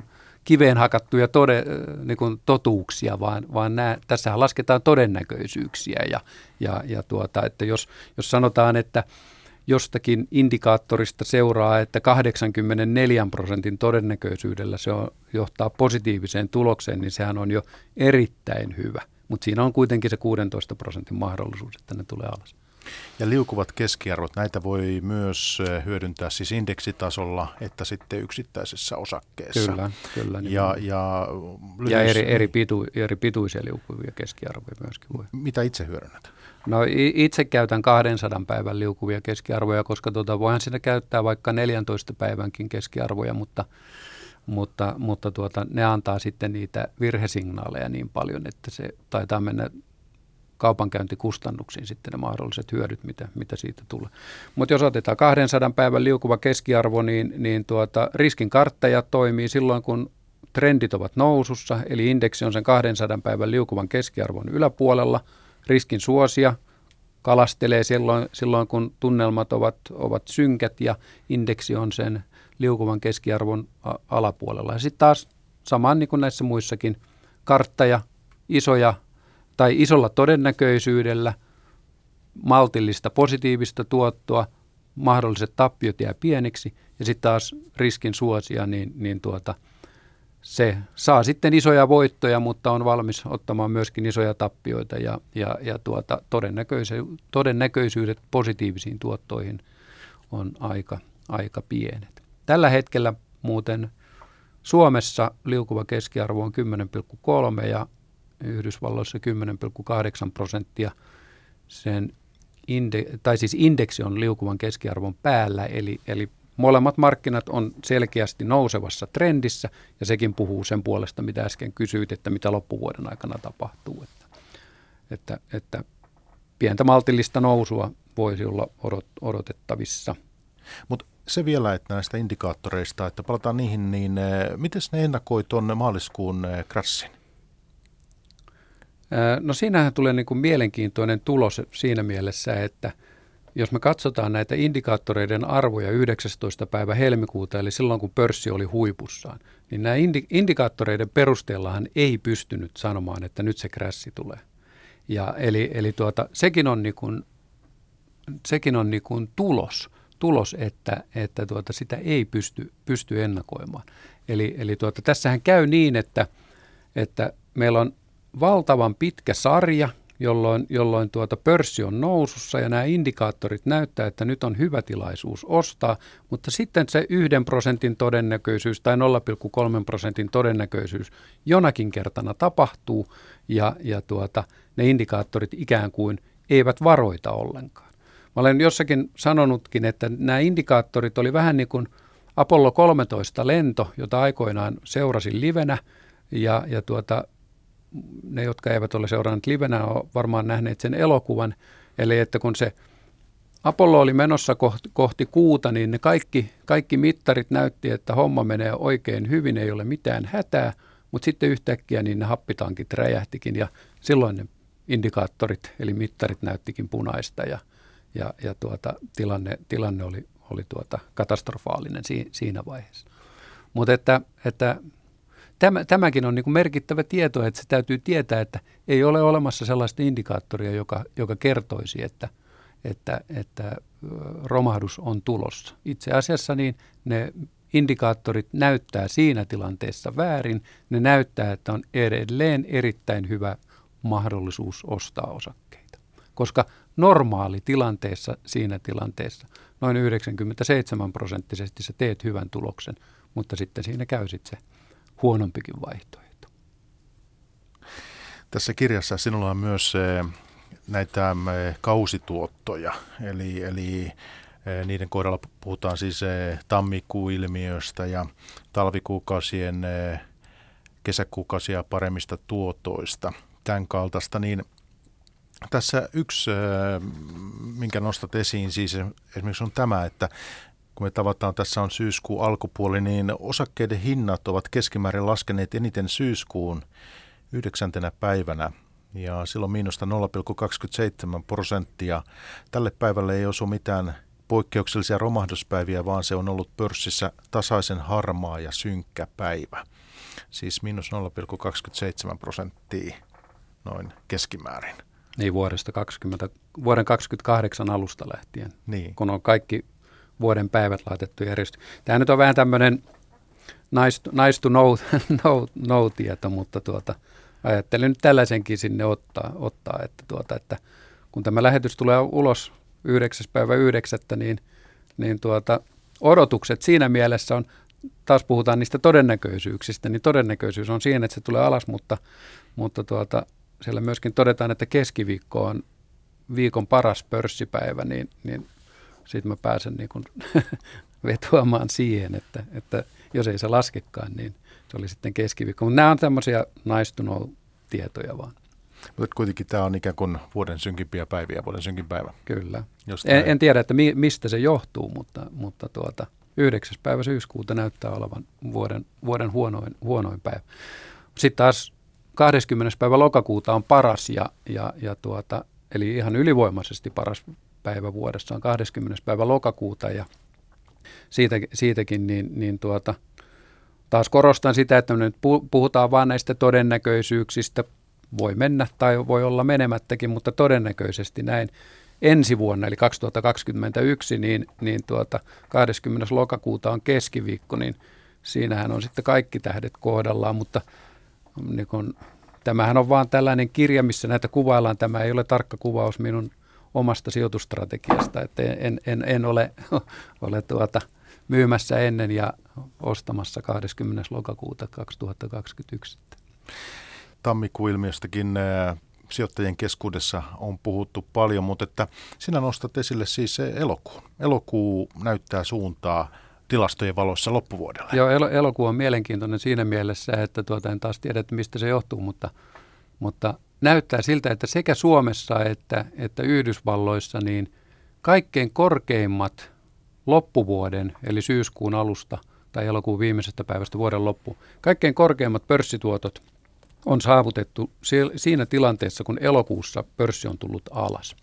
kiveen hakattuja tode, niin kuin totuuksia, vaan, vaan nämä, tässähän lasketaan todennäköisyyksiä. Ja, ja, ja tuota, että jos, jos sanotaan, että jostakin indikaattorista seuraa, että kahdeksankymmentäneljä prosentin todennäköisyydellä se on, johtaa positiiviseen tulokseen, niin sehän on jo erittäin hyvä. Mutta siinä on kuitenkin se kuusitoista prosentin mahdollisuus, että ne tulee alas. Ja liukuvat keskiarvot, näitä voi myös hyödyntää siis indeksitasolla, että sitten yksittäisessä osakkeessa. Kyllä, kyllä. Niin ja, ja, lyhyis... ja eri, eri, pitu, eri pituisia liukuvia keskiarvoja myöskin voi. Mitä itse hyödynnät? No itse käytän kahdensadan päivän liukuvia keskiarvoja, koska tuota, voihan siinä käyttää vaikka neljäntoista päivänkin keskiarvoja, mutta, mutta, mutta tuota, ne antaa sitten niitä virhesignaaleja niin paljon, että se taitaa mennä kaupankäyntikustannuksiin sitten ne mahdolliset hyödyt, mitä, mitä siitä tulee. Mutta jos otetaan kahdensadan päivän liukuva keskiarvo, niin, niin tuota, riskin karttaja toimii silloin, kun trendit ovat nousussa, eli indeksi on sen kahdensadan päivän liukuvan keskiarvon yläpuolella. Riskin suosia kalastelee silloin, silloin kun tunnelmat ovat, ovat synkät ja indeksi on sen liukuvan keskiarvon alapuolella. Ja sitten taas samaan niin kuin näissä muissakin karttaja, isoja tai isolla todennäköisyydellä, maltillista positiivista tuottoa, mahdolliset tappiot jää pieniksi ja sitten taas riskin suosia, niin, niin tuota, se saa sitten isoja voittoja, mutta on valmis ottamaan myöskin isoja tappioita ja, ja, ja tuota, todennäköisy- todennäköisyydet positiivisiin tuottoihin on aika, aika pienet. Tällä hetkellä muuten Suomessa liukuva keskiarvo on kymmenen pilkku kolme ja Yhdysvalloissa kymmenen pilkku kahdeksan prosenttia. Sen inde- tai siis indeksi on liukuvan keskiarvon päällä, eli, eli molemmat markkinat on selkeästi nousevassa trendissä, ja sekin puhuu sen puolesta, mitä äsken kysyit, että mitä loppuvuoden aikana tapahtuu. Että, että, että pientä maltillista nousua voisi olla odot, odotettavissa. Mutta se vielä, että näistä indikaattoreista, että palataan niihin, niin miten ne ennakoi tuon maaliskuun krassin? No siinähän tulee niin kuin mielenkiintoinen tulos siinä mielessä, että jos me katsotaan näitä indikaattoreiden arvoja yhdeksästoista päivä helmikuuta, eli silloin kun pörssi oli huipussaan, niin nämä indi- indikaattoreiden perusteellahan ei pystynyt sanomaan, että nyt se krassi tulee. Ja eli eli tuota, sekin on, niin kuin, sekin on niin kuin tulos, tulos että, että tuota, sitä ei pysty, pysty ennakoimaan. Eli, eli tuota, tässähän käy niin, että, että meillä on valtavan pitkä sarja, jolloin, jolloin tuota pörssi on nousussa ja nämä indikaattorit näyttää, että nyt on hyvä tilaisuus ostaa, mutta sitten se yhden prosentin todennäköisyys tai nolla pilkku kolme prosentin todennäköisyys jonakin kertana tapahtuu ja, ja tuota, ne indikaattorit ikään kuin eivät varoita ollenkaan. Mä olen jossakin sanonutkin, että nämä indikaattorit oli vähän niin kuin Apollo kolmetoista lento, jota aikoinaan seurasin livenä ja, ja tuota, ne, jotka eivät ole seuranneet livenä, ovat varmaan nähneet sen elokuvan. Eli että kun se Apollo oli menossa kohti, kohti kuuta, niin ne kaikki, kaikki mittarit näytti, että homma menee oikein hyvin, ei ole mitään hätää, mutta sitten yhtäkkiä niin ne happitankit räjähtikin ja silloin ne indikaattorit eli mittarit näyttikin punaista ja, ja, ja tuota, tilanne, tilanne oli, oli tuota katastrofaalinen si, siinä vaiheessa. Mutta että, että Tämä, tämäkin on niin kuin merkittävä tieto, että se täytyy tietää, että ei ole olemassa sellaista indikaattoria, joka, joka kertoisi, että, että, että romahdus on tulossa. Itse asiassa niin ne indikaattorit näyttää siinä tilanteessa väärin. Ne näyttää, että on edelleen erittäin hyvä mahdollisuus ostaa osakkeita, koska normaali tilanteessa siinä tilanteessa noin yhdeksänkymmentäseitsemän prosenttisesti sä teet hyvän tuloksen, mutta sitten siinä käy sitten se huonompikin vaihtoehto. Tässä kirjassa sinulla on myös näitä kausituottoja, eli, eli niiden kohdalla puhutaan siis tammikuuilmiöstä ja talvikuukausien, kesäkuukausia paremmista tuotoista, tämän kaltaista. Niin tässä yksi, minkä nostat esiin, siis esimerkiksi on tämä, että kun me tavataan, tässä on syyskuun alkupuoli, niin osakkeiden hinnat ovat keskimäärin laskeneet eniten syyskuun yhdeksäntenä päivänä. Ja silloin miinusta nolla pilkku kaksikymmentäseitsemän prosenttia. Tälle päivälle ei osu mitään poikkeuksellisia romahduspäiviä, vaan se on ollut pörssissä tasaisen harmaa ja synkkä päivä. siis miinus nolla pilkku kaksikymmentäseitsemän prosenttia noin keskimäärin. Niin vuodesta kaksikymmentä, vuoden kaksikymmentäkahdeksan alusta lähtien, niin. kun on kaikki vuoden päivät laitettu järjestöön. Tämä nyt on vähän tämmöinen nice to, nice to know, know, know tieto, mutta tuota, ajattelin nyt tällaisenkin sinne ottaa, ottaa että, tuota, että kun tämä lähetys tulee ulos yhdeksäs päivä yhdeksättä, niin, niin tuota, odotukset siinä mielessä on, taas puhutaan niistä todennäköisyyksistä, niin todennäköisyys on siinä, että se tulee alas, mutta, mutta tuota, siellä myöskin todetaan, että keskiviikko on viikon paras pörssipäivä, niin, niin sitten mä pääsen niin kuin vetoamaan siihen, että, että jos ei se laskekaan, niin se oli sitten keskiviikko. Mutta nämä on tämmöisiä nice to know -tietoja vaan. Mutta kuitenkin tämä on ikään kuin vuoden synkimpiä päiviä, vuoden synkin päivä. Kyllä. En, en tiedä, että mi, mistä se johtuu, mutta, mutta tuota, yhdeksäs päivä syyskuuta näyttää olevan vuoden, vuoden huonoin, huonoin päivä. Sitten taas kahdeskymmenes päivä lokakuuta on paras, ja, ja, ja tuota, eli ihan ylivoimaisesti paras päivä vuodessa on kahdeskymmenes päivä lokakuuta, ja siitä, siitäkin niin, niin tuota, taas korostan sitä, että me nyt puhutaan vain näistä todennäköisyyksistä, voi mennä tai voi olla menemättäkin, mutta todennäköisesti näin ensi vuonna, eli kaksituhattakaksikymmentäyksi, niin, niin tuota, kahdeskymmenes lokakuuta on keskiviikko, niin siinähän on sitten kaikki tähdet kohdallaan, mutta niin kun, tämähän on vaan tällainen kirja, missä näitä kuvaillaan. Tämä ei ole tarkka kuvaus minun omasta sijoitustrategiasta, että en, en, en ole, ole tuota, myymässä ennen ja ostamassa kahdeskymmenes lokakuuta kaksituhattakaksikymmentäyksi. Tammikuun ilmiöstäkin sijoittajien keskuudessa on puhuttu paljon, mutta että sinä nostat esille siis elokuun. Elokuu näyttää suuntaa tilastojen valossa loppuvuodelle. Joo, el- elokuu on mielenkiintoinen siinä mielessä, että tuota, en taas tiedä, että mistä se johtuu, mutta, mutta näyttää siltä, että sekä Suomessa että, että Yhdysvalloissa niin kaikkein korkeimmat loppuvuoden, eli syyskuun alusta tai elokuun viimeisestä päivästä vuoden loppu, kaikkein korkeimmat pörssituotot on saavutettu siinä tilanteessa, kun elokuussa pörssi on tullut alas.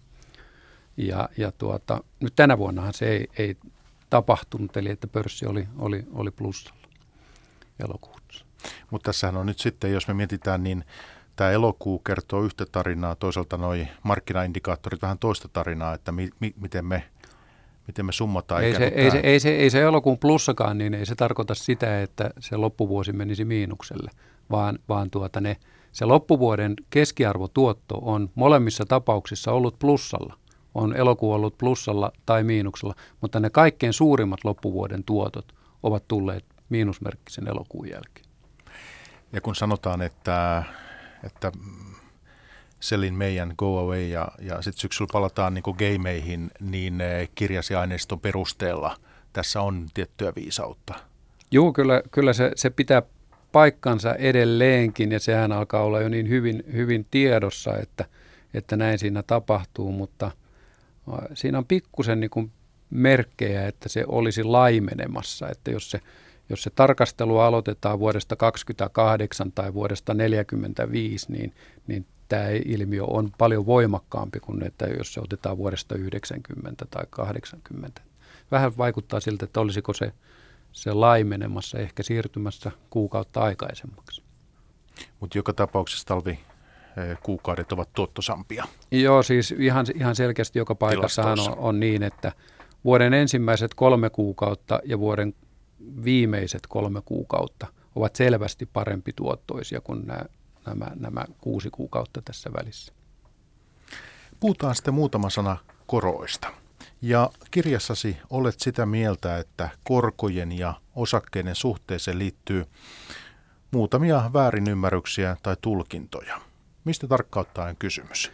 Ja, ja tuota, nyt tänä vuonnahan se ei, ei tapahtunut, eli että pörssi oli, oli, oli plussalla elokuussa. Mutta tässähän on nyt sitten, jos me mietitään, niin tämä elokuu kertoo yhtä tarinaa, toisaalta noi markkinaindikaattorit vähän toista tarinaa, että mi, mi, miten, me, miten me summataan. Ei se, ei, se, ei, se, ei se elokuun plussakaan, niin ei se tarkoita sitä, että se loppuvuosi menisi miinukselle, vaan, vaan tuota ne, se loppuvuoden keskiarvotuotto on molemmissa tapauksissa ollut plussalla. On elokuu ollut plussalla tai miinuksella, mutta ne kaikkein suurimmat loppuvuoden tuotot ovat tulleet miinusmerkkisen elokuun jälkeen. Ja kun sanotaan, että, että Selin meidän Go Away ja, ja sitten syksyllä palataan niin kuin gameihin, niin kirjasi aineiston perusteella tässä on tiettyä viisautta. Joo, kyllä, kyllä se, se pitää paikkansa edelleenkin, ja sehän alkaa olla jo niin hyvin, hyvin tiedossa, että, että näin siinä tapahtuu, mutta siinä on pikkusen niin kuin merkkejä, että se olisi laimenemassa, että jos se, jos se tarkastelu aloitetaan vuodesta kaksikymmentäkahdeksan tai vuodesta neljäkymmentäviisi, niin, niin tämä ilmiö on paljon voimakkaampi kuin että jos se otetaan vuodesta yhdeksänkymmentä tai kahdeksankymmentä. Vähän vaikuttaa siltä, että olisiko se, se laimenemassa, ehkä siirtymässä kuukautta aikaisemmaksi. Mutta joka tapauksessa talvi kuukaudet ovat tuottosampia. Joo, siis ihan, ihan selkeästi joka paikassahan on, on niin, että vuoden ensimmäiset kolme kuukautta ja vuoden viimeiset kolme kuukautta ovat selvästi parempi tuottoisia kuin nämä, nämä, nämä kuusi kuukautta tässä välissä. Puhutaan sitten muutama sana koroista. Ja kirjassasi olet sitä mieltä, että korkojen ja osakkeiden suhteeseen liittyy muutamia väärinymmärryksiä tai tulkintoja. Mistä tarkkaan ottaen kysymys?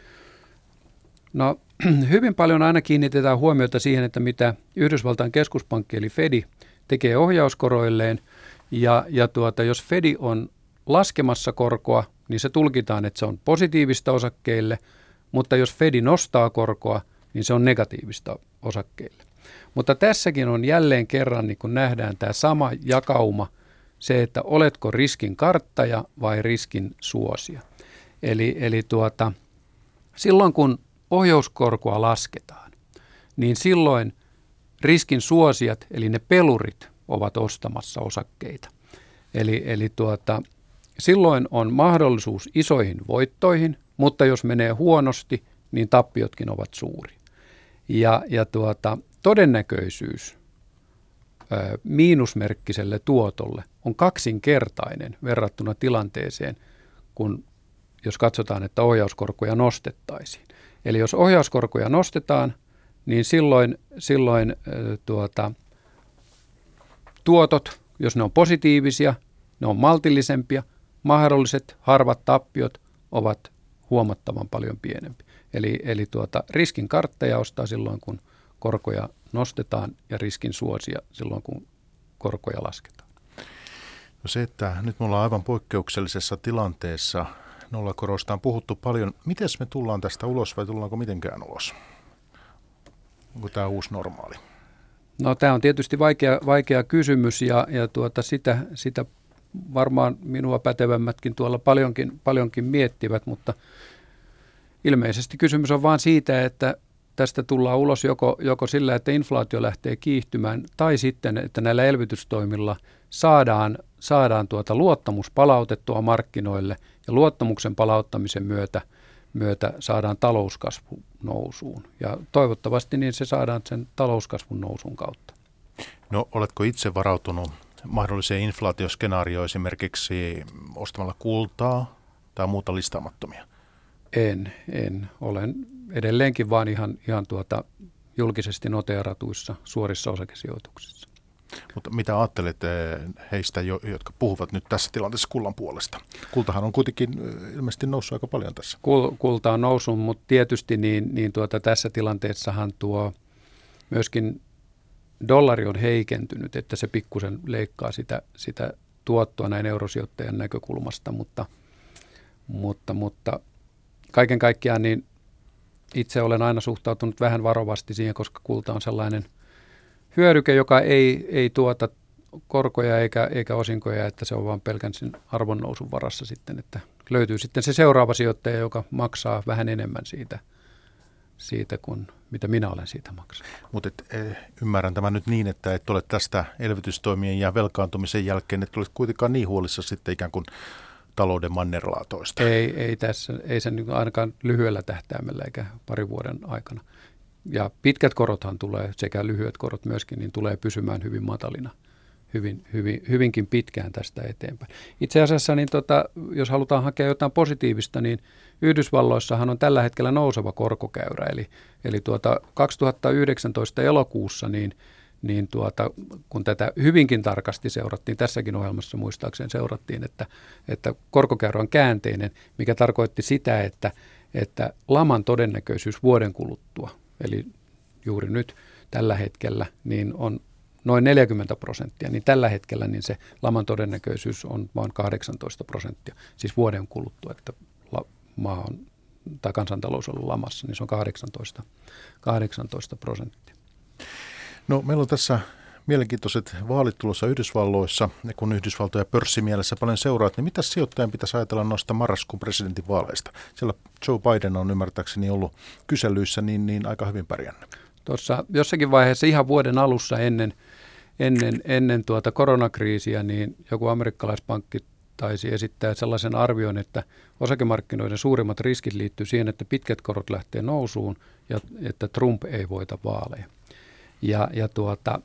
No hyvin paljon aina kiinnitetään huomiota siihen, että mitä Yhdysvaltain keskuspankki eli Fed tekee ohjauskoroilleen. Ja, ja tuota, jos Fed on laskemassa korkoa, niin se tulkitaan, että se on positiivista osakkeille. Mutta jos Fed nostaa korkoa, niin se on negatiivista osakkeille. Mutta tässäkin on jälleen kerran, niin kun nähdään tämä sama jakauma, se, että oletko riskin karttaja vai riskin suosia. Eli, eli tuota, silloin kun ohjauskorkoa lasketaan, niin silloin riskin suosijat, eli ne pelurit, ovat ostamassa osakkeita. Eli, eli tuota, silloin on mahdollisuus isoihin voittoihin, mutta jos menee huonosti, niin tappiotkin ovat suuri. Ja, ja tuota, todennäköisyys ö, miinusmerkkiselle tuotolle on kaksinkertainen verrattuna tilanteeseen, kun jos katsotaan, että ohjauskorkoja nostettaisiin. Eli jos ohjauskorkoja nostetaan, niin silloin, silloin ö, tuota, tuotot, jos ne on positiivisia, ne on maltillisempia, mahdolliset harvat tappiot ovat huomattavan paljon pienempi. Eli, eli tuota, riskin kartteja ostaa silloin, kun korkoja nostetaan ja riskin suosia silloin, kun korkoja lasketaan. No se, että nyt me ollaan aivan poikkeuksellisessa tilanteessa, nollakorosta on puhuttu paljon. Miten me tullaan tästä ulos vai tullaanko mitenkään ulos? Onko tämä uusi normaali? No tämä on tietysti vaikea, vaikea kysymys ja, ja tuota, sitä, sitä varmaan minua pätevämmätkin tuolla paljonkin, paljonkin miettivät, mutta ilmeisesti kysymys on vain siitä, että tästä tullaan ulos joko, joko sillä, että inflaatio lähtee kiihtymään tai sitten, että näillä elvytystoimilla saadaan, saadaan tuota luottamus palautettua markkinoille ja luottamuksen palauttamisen myötä, myötä saadaan talouskasvu nousuun. Ja toivottavasti niin se saadaan sen talouskasvun nousun kautta. No oletko itse varautunut mahdolliseen inflaatioskenaarioon esimerkiksi ostamalla kultaa tai muuta listaamattomia? En, en. Olen edelleenkin vaan ihan, ihan tuota julkisesti noteeratuissa suorissa osakesijoituksissa. Mutta mitä ajattelet heistä, jotka puhuvat nyt tässä tilanteessa kullan puolesta? Kultahan on kuitenkin ilmeisesti noussut aika paljon tässä. Kul, kulta on noussut, mutta tietysti niin, niin tuota, tässä tilanteessahan tuo myöskin dollari on heikentynyt, että se pikkusen leikkaa sitä, sitä tuottoa näin eurosijoittajan näkökulmasta, mutta, mutta, mutta kaiken kaikkiaan niin itse olen aina suhtautunut vähän varovasti siihen, koska kulta on sellainen hyödyke, joka ei, ei tuota korkoja eikä, eikä osinkoja, että se on vaan pelkän sen arvonnousun varassa sitten, että löytyy sitten se seuraava sijoittaja, joka maksaa vähän enemmän siitä, siitä kuin mitä minä olen siitä maksanut. Mutta eh, ymmärrän tämän nyt niin, että et ole tästä elvytystoimien ja velkaantumisen jälkeen, että olet kuitenkaan niin huolissa sitten ikään kuin talouden mannerlaatoista. Ei, ei tässä, ei sen niin ainakaan lyhyellä tähtäimellä eikä parin vuoden aikana. Ja pitkät korothan tulee, sekä lyhyet korot myöskin, niin tulee pysymään hyvin matalina, hyvin, hyvin, hyvinkin pitkään tästä eteenpäin. Itse asiassa, niin tota, jos halutaan hakea jotain positiivista, niin Yhdysvalloissahan on tällä hetkellä nouseva korkokäyrä. Eli, eli tuota kaksituhattayhdeksäntoista elokuussa, niin, niin tuota, kun tätä hyvinkin tarkasti seurattiin, tässäkin ohjelmassa muistaakseni seurattiin, että, että korkokäyrä on käänteinen, mikä tarkoitti sitä, että, että laman todennäköisyys vuoden kuluttua, eli juuri nyt tällä hetkellä, niin on noin neljäkymmentä prosenttia, niin tällä hetkellä niin se laman todennäköisyys on vain kahdeksantoista prosenttia, siis vuoden kuluttua, että la, maa on, tai kansantalous on ollut lamassa, niin se on kahdeksantoista, kahdeksantoista prosenttia. No meillä on tässä mielenkiintoiset vaalit tulossa Yhdysvalloissa, ja kun Yhdysvaltoja pörssimielessä paljon seuraat, niin mitä sijoittajan pitäisi ajatella noista marraskuun presidentinvaaleista? Siellä Joe Biden on ymmärtääkseni ollut kyselyissä niin, niin aika hyvin pärjännyt. Tuossa jossakin vaiheessa ihan vuoden alussa ennen, ennen, ennen tuota koronakriisiä, niin joku amerikkalaispankki taisi esittää sellaisen arvion, että osakemarkkinoiden suurimmat riskit liittyy siihen, että pitkät korot lähtee nousuun ja että Trump ei voita vaaleja. Ja, ja tuota,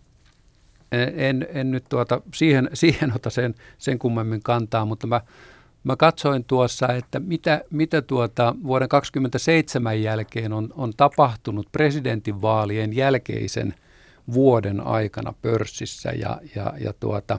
en, en nyt tuota, siihen, siihen ota sen, sen kummemmin kantaa, mutta mä, mä katsoin tuossa, että mitä, mitä tuota vuoden kaksikymmentäseitsemän jälkeen on, on tapahtunut presidentinvaalien jälkeisen vuoden aikana pörssissä. Ja, ja, ja tuota,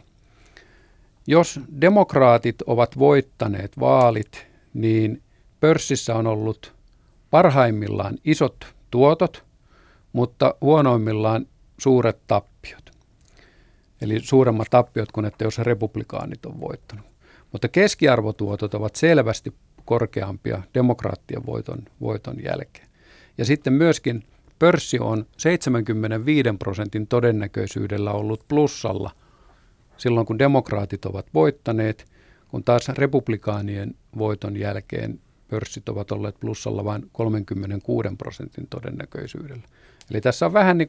jos demokraatit ovat voittaneet vaalit, niin pörssissä on ollut parhaimmillaan isot tuotot, mutta huonoimmillaan suuret tappiot. Eli suuremmat tappiot kuin että jos republikaanit on voittanut. Mutta keskiarvotuotot ovat selvästi korkeampia demokraattien voiton, voiton jälkeen. Ja sitten myöskin pörssi on seitsemänkymmentäviisi prosentin todennäköisyydellä ollut plussalla silloin, kun demokraatit ovat voittaneet, kun taas republikaanien voiton jälkeen pörssit ovat olleet plussalla vain kolmekymmentäkuusi prosentin todennäköisyydellä. Eli tässä on vähän niin kuin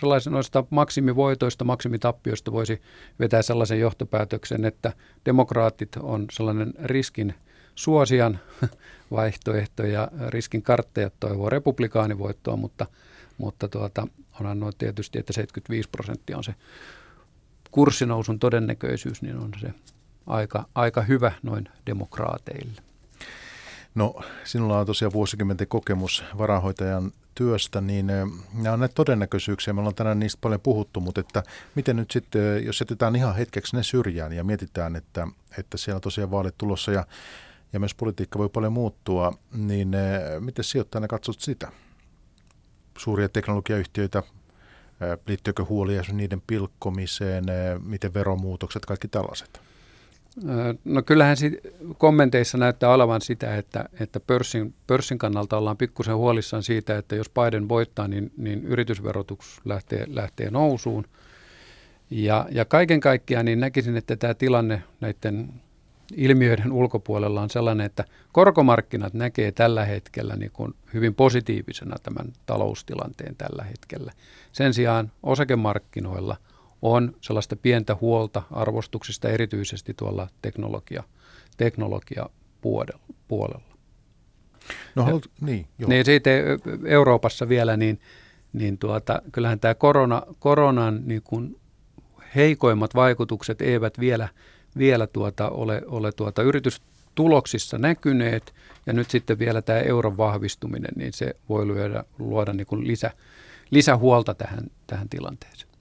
sellaisen noista maksimivoitoista, maksimitappioista voisi vetää sellaisen johtopäätöksen, että demokraatit on sellainen riskin suosian vaihtoehto ja riskin karttajat toivoo republikaanivoittoa, mutta, mutta tuota, onhan noin tietysti, että seitsemänkymmentäviisi prosenttia on se kurssinousun todennäköisyys, niin on se aika, aika hyvä noin demokraateille. No, sinulla on tosiaan vuosikymmenten kokemus varainhoitajan työstä, niin nämä on näitä todennäköisyyksiä. Me ollaan tänään niistä paljon puhuttu, mutta että miten nyt sitten, jos jätetään ihan hetkeksi ne syrjään ja mietitään, että, että siellä on tosiaan vaalit tulossa ja, ja myös politiikka voi paljon muuttua, niin miten sijoittajana katsot sitä? Suuria teknologiayhtiöitä, liittyykö huolia niiden pilkkomiseen, miten veromuutokset, kaikki tällaiset? No kyllähän sit kommenteissa näyttää olevan sitä, että, että pörssin, pörssin kannalta ollaan pikkusen huolissaan siitä, että jos Biden voittaa, niin, niin yritysverotus lähtee, lähtee nousuun. Ja, ja kaiken kaikkiaan niin näkisin, että tämä tilanne näiden ilmiöiden ulkopuolella on sellainen, että korkomarkkinat näkee tällä hetkellä niin kuin hyvin positiivisena tämän taloustilanteen tällä hetkellä. Sen sijaan osakemarkkinoilla on sellaista pientä huolta arvostuksista erityisesti tuolla teknologia, teknologiapuolella. No haluat, niin, joo. Niin siitä Euroopassa vielä, niin, niin tuota, kyllähän tämä korona, koronan niin kuin heikoimmat vaikutukset eivät vielä, vielä tuota, ole, ole tuota yritystuloksissa näkyneet, ja nyt sitten vielä tämä euron vahvistuminen, niin se voi luoda, luoda niin kuin lisä, lisähuolta tähän, tähän tilanteeseen.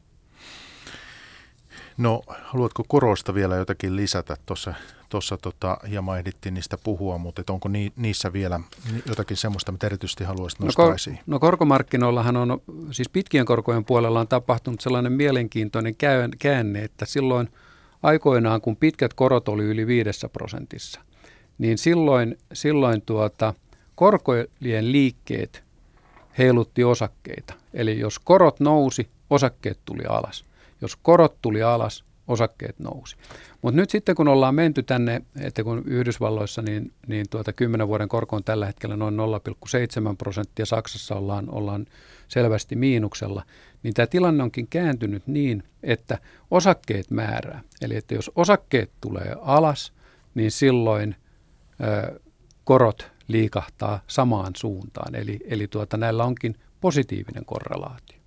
No, haluatko korosta vielä jotakin lisätä? Tuossa, tuossa tota, hieman ehdittiin niistä puhua, mutta et onko ni, niissä vielä jotakin semmoista, mitä erityisesti haluaisit nostaa no, esiin? No korkomarkkinoillahan on, siis pitkien korkojen puolella on tapahtunut sellainen mielenkiintoinen käänne, että silloin aikoinaan, kun pitkät korot oli yli viidessä prosentissa, niin silloin, silloin tuota, korkojen liikkeet heilutti osakkeita. Eli jos korot nousi, osakkeet tuli alas. Jos korot tuli alas, osakkeet nousi. Mutta nyt sitten kun ollaan menty tänne, että kun Yhdysvalloissa niin, niin tuota kymmenen vuoden korko on tällä hetkellä noin nolla pilkku seitsemän prosenttia, Saksassa ollaan, ollaan selvästi miinuksella, niin tämä tilanne onkin kääntynyt niin, että osakkeet määrää. Eli että jos osakkeet tulee alas, niin silloin ö, korot liikahtaa samaan suuntaan. Eli, eli tuota, näillä onkin positiivinen korrelaatio.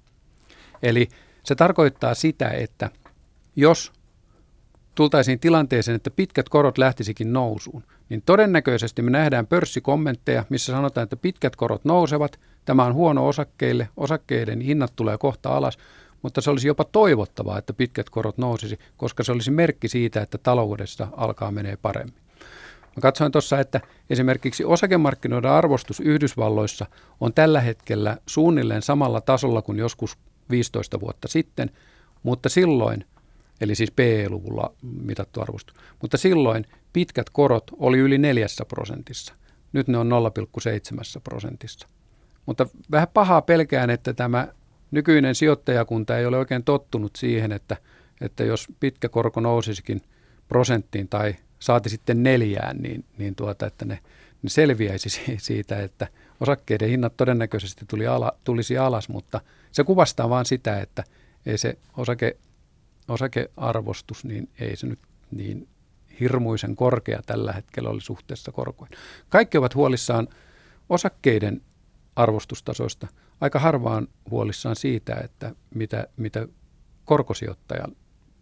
Eli se tarkoittaa sitä, että jos tultaisiin tilanteeseen, että pitkät korot lähtisikin nousuun, niin todennäköisesti me nähdään pörssikommentteja, missä sanotaan, että pitkät korot nousevat, tämä on huono osakkeille, osakkeiden hinnat tulee kohta alas, mutta se olisi jopa toivottavaa, että pitkät korot nousisi, koska se olisi merkki siitä, että taloudessa alkaa menee paremmin. Mä katsoin tuossa, että esimerkiksi osakemarkkinoiden arvostus Yhdysvalloissa on tällä hetkellä suunnilleen samalla tasolla kuin joskus viisitoista vuotta sitten, mutta silloin, eli siis P E-luvulla mitattu arvostus, mutta silloin pitkät korot oli yli neljässä prosentissa. Nyt ne on nolla pilkku seitsemän prosentissa. Mutta vähän pahaa pelkään, että tämä nykyinen sijoittajakunta ei ole oikein tottunut siihen, että, että jos pitkä korko nousisikin prosenttiin tai saati sitten neljään, niin, niin tuota, että ne, ne selviäisi siitä, että osakkeiden hinnat todennäköisesti tuli ala, tulisi alas, mutta se kuvastaa vaan sitä, että ei se osake, osakearvostus, niin ei se nyt niin hirmuisen korkea tällä hetkellä oli suhteessa korkoihin. Kaikki ovat huolissaan osakkeiden arvostustasoista. Aika harvaan huolissaan siitä, että mitä, mitä korkosijoittajan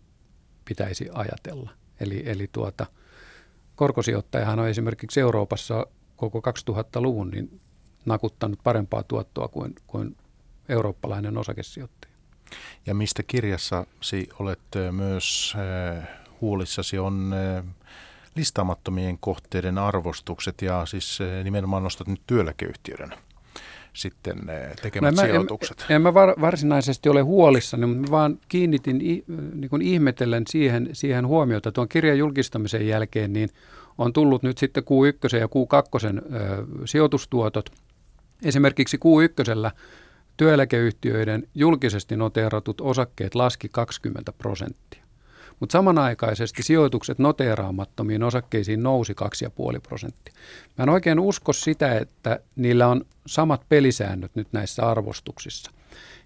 pitäisi ajatella. Eli, eli tuota, korkosijoittajahan on esimerkiksi Euroopassa koko kaksituhattaluvun niin nakuttanut parempaa tuottoa kuin, kuin eurooppalainen osakesijoittaja. Ja mistä kirjassasi olet myös äh, huolissasi on äh, listaamattomien kohteiden arvostukset ja siis äh, nimenomaan nostat nyt työeläkeyhtiöiden sitten äh, tekemät no, sijoitukset. En, en mä var, varsinaisesti ole huolissani, mutta mä vaan kiinnitin i, niin kuin ihmetellen siihen, siihen huomiota. Tuon kirjan julkistamisen jälkeen niin on tullut nyt sitten Q yksi ja Q kaksi ö, sijoitustuotot. Esimerkiksi Q yksi työeläkeyhtiöiden julkisesti noteeratut osakkeet laski kaksikymmentä prosenttia. Mutta samanaikaisesti sijoitukset noteeraamattomiin osakkeisiin nousi kaksi pilkku viisi prosenttia. Mä en oikein usko sitä, että niillä on samat pelisäännöt nyt näissä arvostuksissa.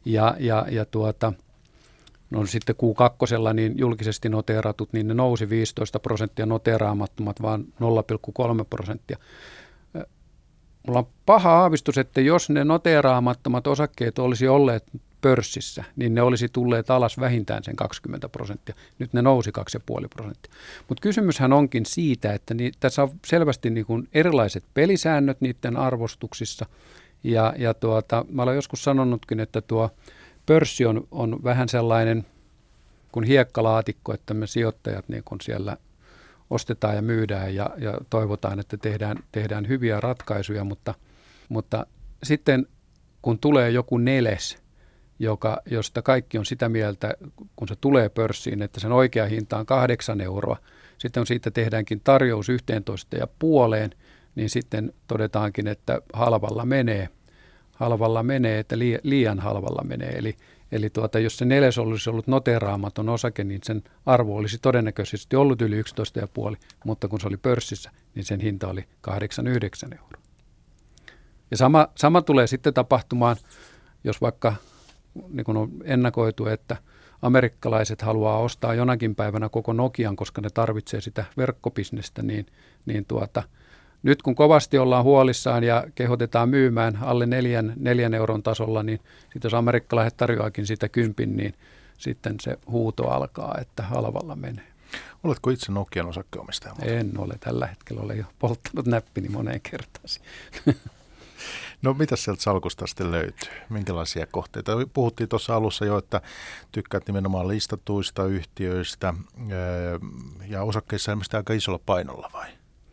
Ja, ja, ja tuota, no sitten Q kaksi niin julkisesti noteeratut, niin ne nousi viisitoista prosenttia, noteeraamattomat vaan nolla pilkku kolme prosenttia. Mulla on paha aavistus, että jos ne noteeraamattomat osakkeet olisi olleet pörssissä, niin ne olisi tulleet alas vähintään sen kaksikymmentä prosenttia. Nyt ne nousi kaksi pilkku viisi prosenttia. Mutta kysymyshän onkin siitä, että ni, tässä on selvästi niin kuin erilaiset pelisäännöt niiden arvostuksissa. Ja, ja tuota, mä olen joskus sanonutkin, että tuo pörssi on, on vähän sellainen kuin hiekkalaatikko, että me sijoittajat niin kun siellä ostetaan ja myydään ja, ja toivotaan, että tehdään, tehdään hyviä ratkaisuja, mutta, mutta sitten kun tulee joku neles, joka, josta kaikki on sitä mieltä, kun se tulee pörssiin, että sen oikea hinta on kahdeksan euroa, sitten on siitä tehdäänkin tarjous yhteentoista ja puoleen, niin sitten todetaankin, että halvalla menee, halvalla menee, että liian halvalla menee. Eli, eli tuota, jos se neles olisi ollut noteeraamaton osake, niin sen arvo olisi todennäköisesti ollut yli yksitoista pilkku viisi, mutta kun se oli pörssissä, niin sen hinta oli kahdeksan yhdeksän euroa. Ja sama, sama tulee sitten tapahtumaan, jos vaikka niin kuin on ennakoitu, että amerikkalaiset haluaa ostaa jonakin päivänä koko Nokian, koska ne tarvitsee sitä verkkobisnestä, niin, niin tuota, nyt kun kovasti ollaan huolissaan ja kehotetaan myymään alle neljän, neljän euron tasolla, niin sitten jos amerikkalaiset tarjoakin sitä kympin, niin sitten se huuto alkaa, että halvalla menee. Oletko itse Nokian osakkeenomistaja? En ole tällä hetkellä, olen jo polttanut näppini moneen kertaan. No mitä sieltä salkusta sitten löytyy? Minkälaisia kohteita? Puhuttiin tuossa alussa jo, että tykkäät nimenomaan listatuista yhtiöistä ja osakkeissa ilmeisesti aika isolla painolla vai?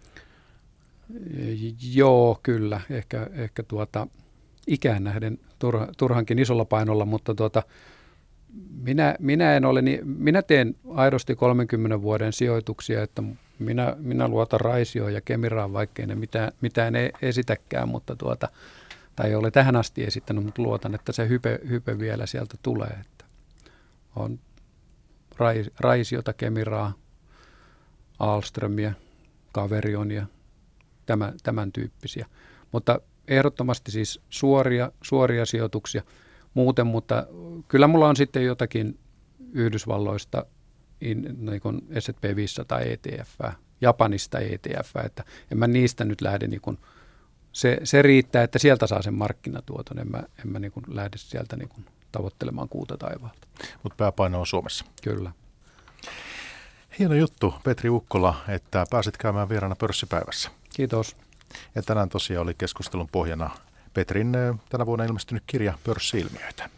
Joo, kyllä. Ehkä, ehkä tuota, ikään nähden turha, turhankin isolla painolla, mutta tuota, minä, minä, en ole, niin, minä teen aidosti kolmenkymmenen vuoden sijoituksia, että minä, minä luotan Raisioon ja Kemiraan, vaikkei ne mitään, mitään ei esitäkään, mutta tuota, tai ei ole tähän asti esittänyt, mutta luotan, että se hype, hype vielä sieltä tulee. Että on Raisiota, Kemiraa, Ahlströmiä, Caverionia, tämän, tämän tyyppisiä. Mutta ehdottomasti siis suoria, suoria sijoituksia muuten, mutta kyllä mulla on sitten jotakin Yhdysvalloista niin kuin S and P viisisataa E T F, Japanista E T F, että en mä niistä nyt lähde, niin kuin, se, se riittää, että sieltä saa sen markkinatuoton, en mä, en mä niin kuin lähde sieltä niin kuin tavoittelemaan kuuta taivaalta. Mutta pääpaino on Suomessa. Kyllä. Hieno juttu, Petri Ukkola, että pääsit käymään vieraana pörssipäivässä. Kiitos. Ja tänään tosiaan oli keskustelun pohjana Petrin tänä vuonna ilmestynyt kirja Pörssi-ilmiöitä.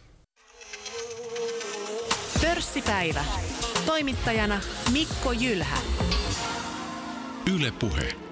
Pörssipäivä. Toimittajana Mikko Jylhä. Yle Puhe.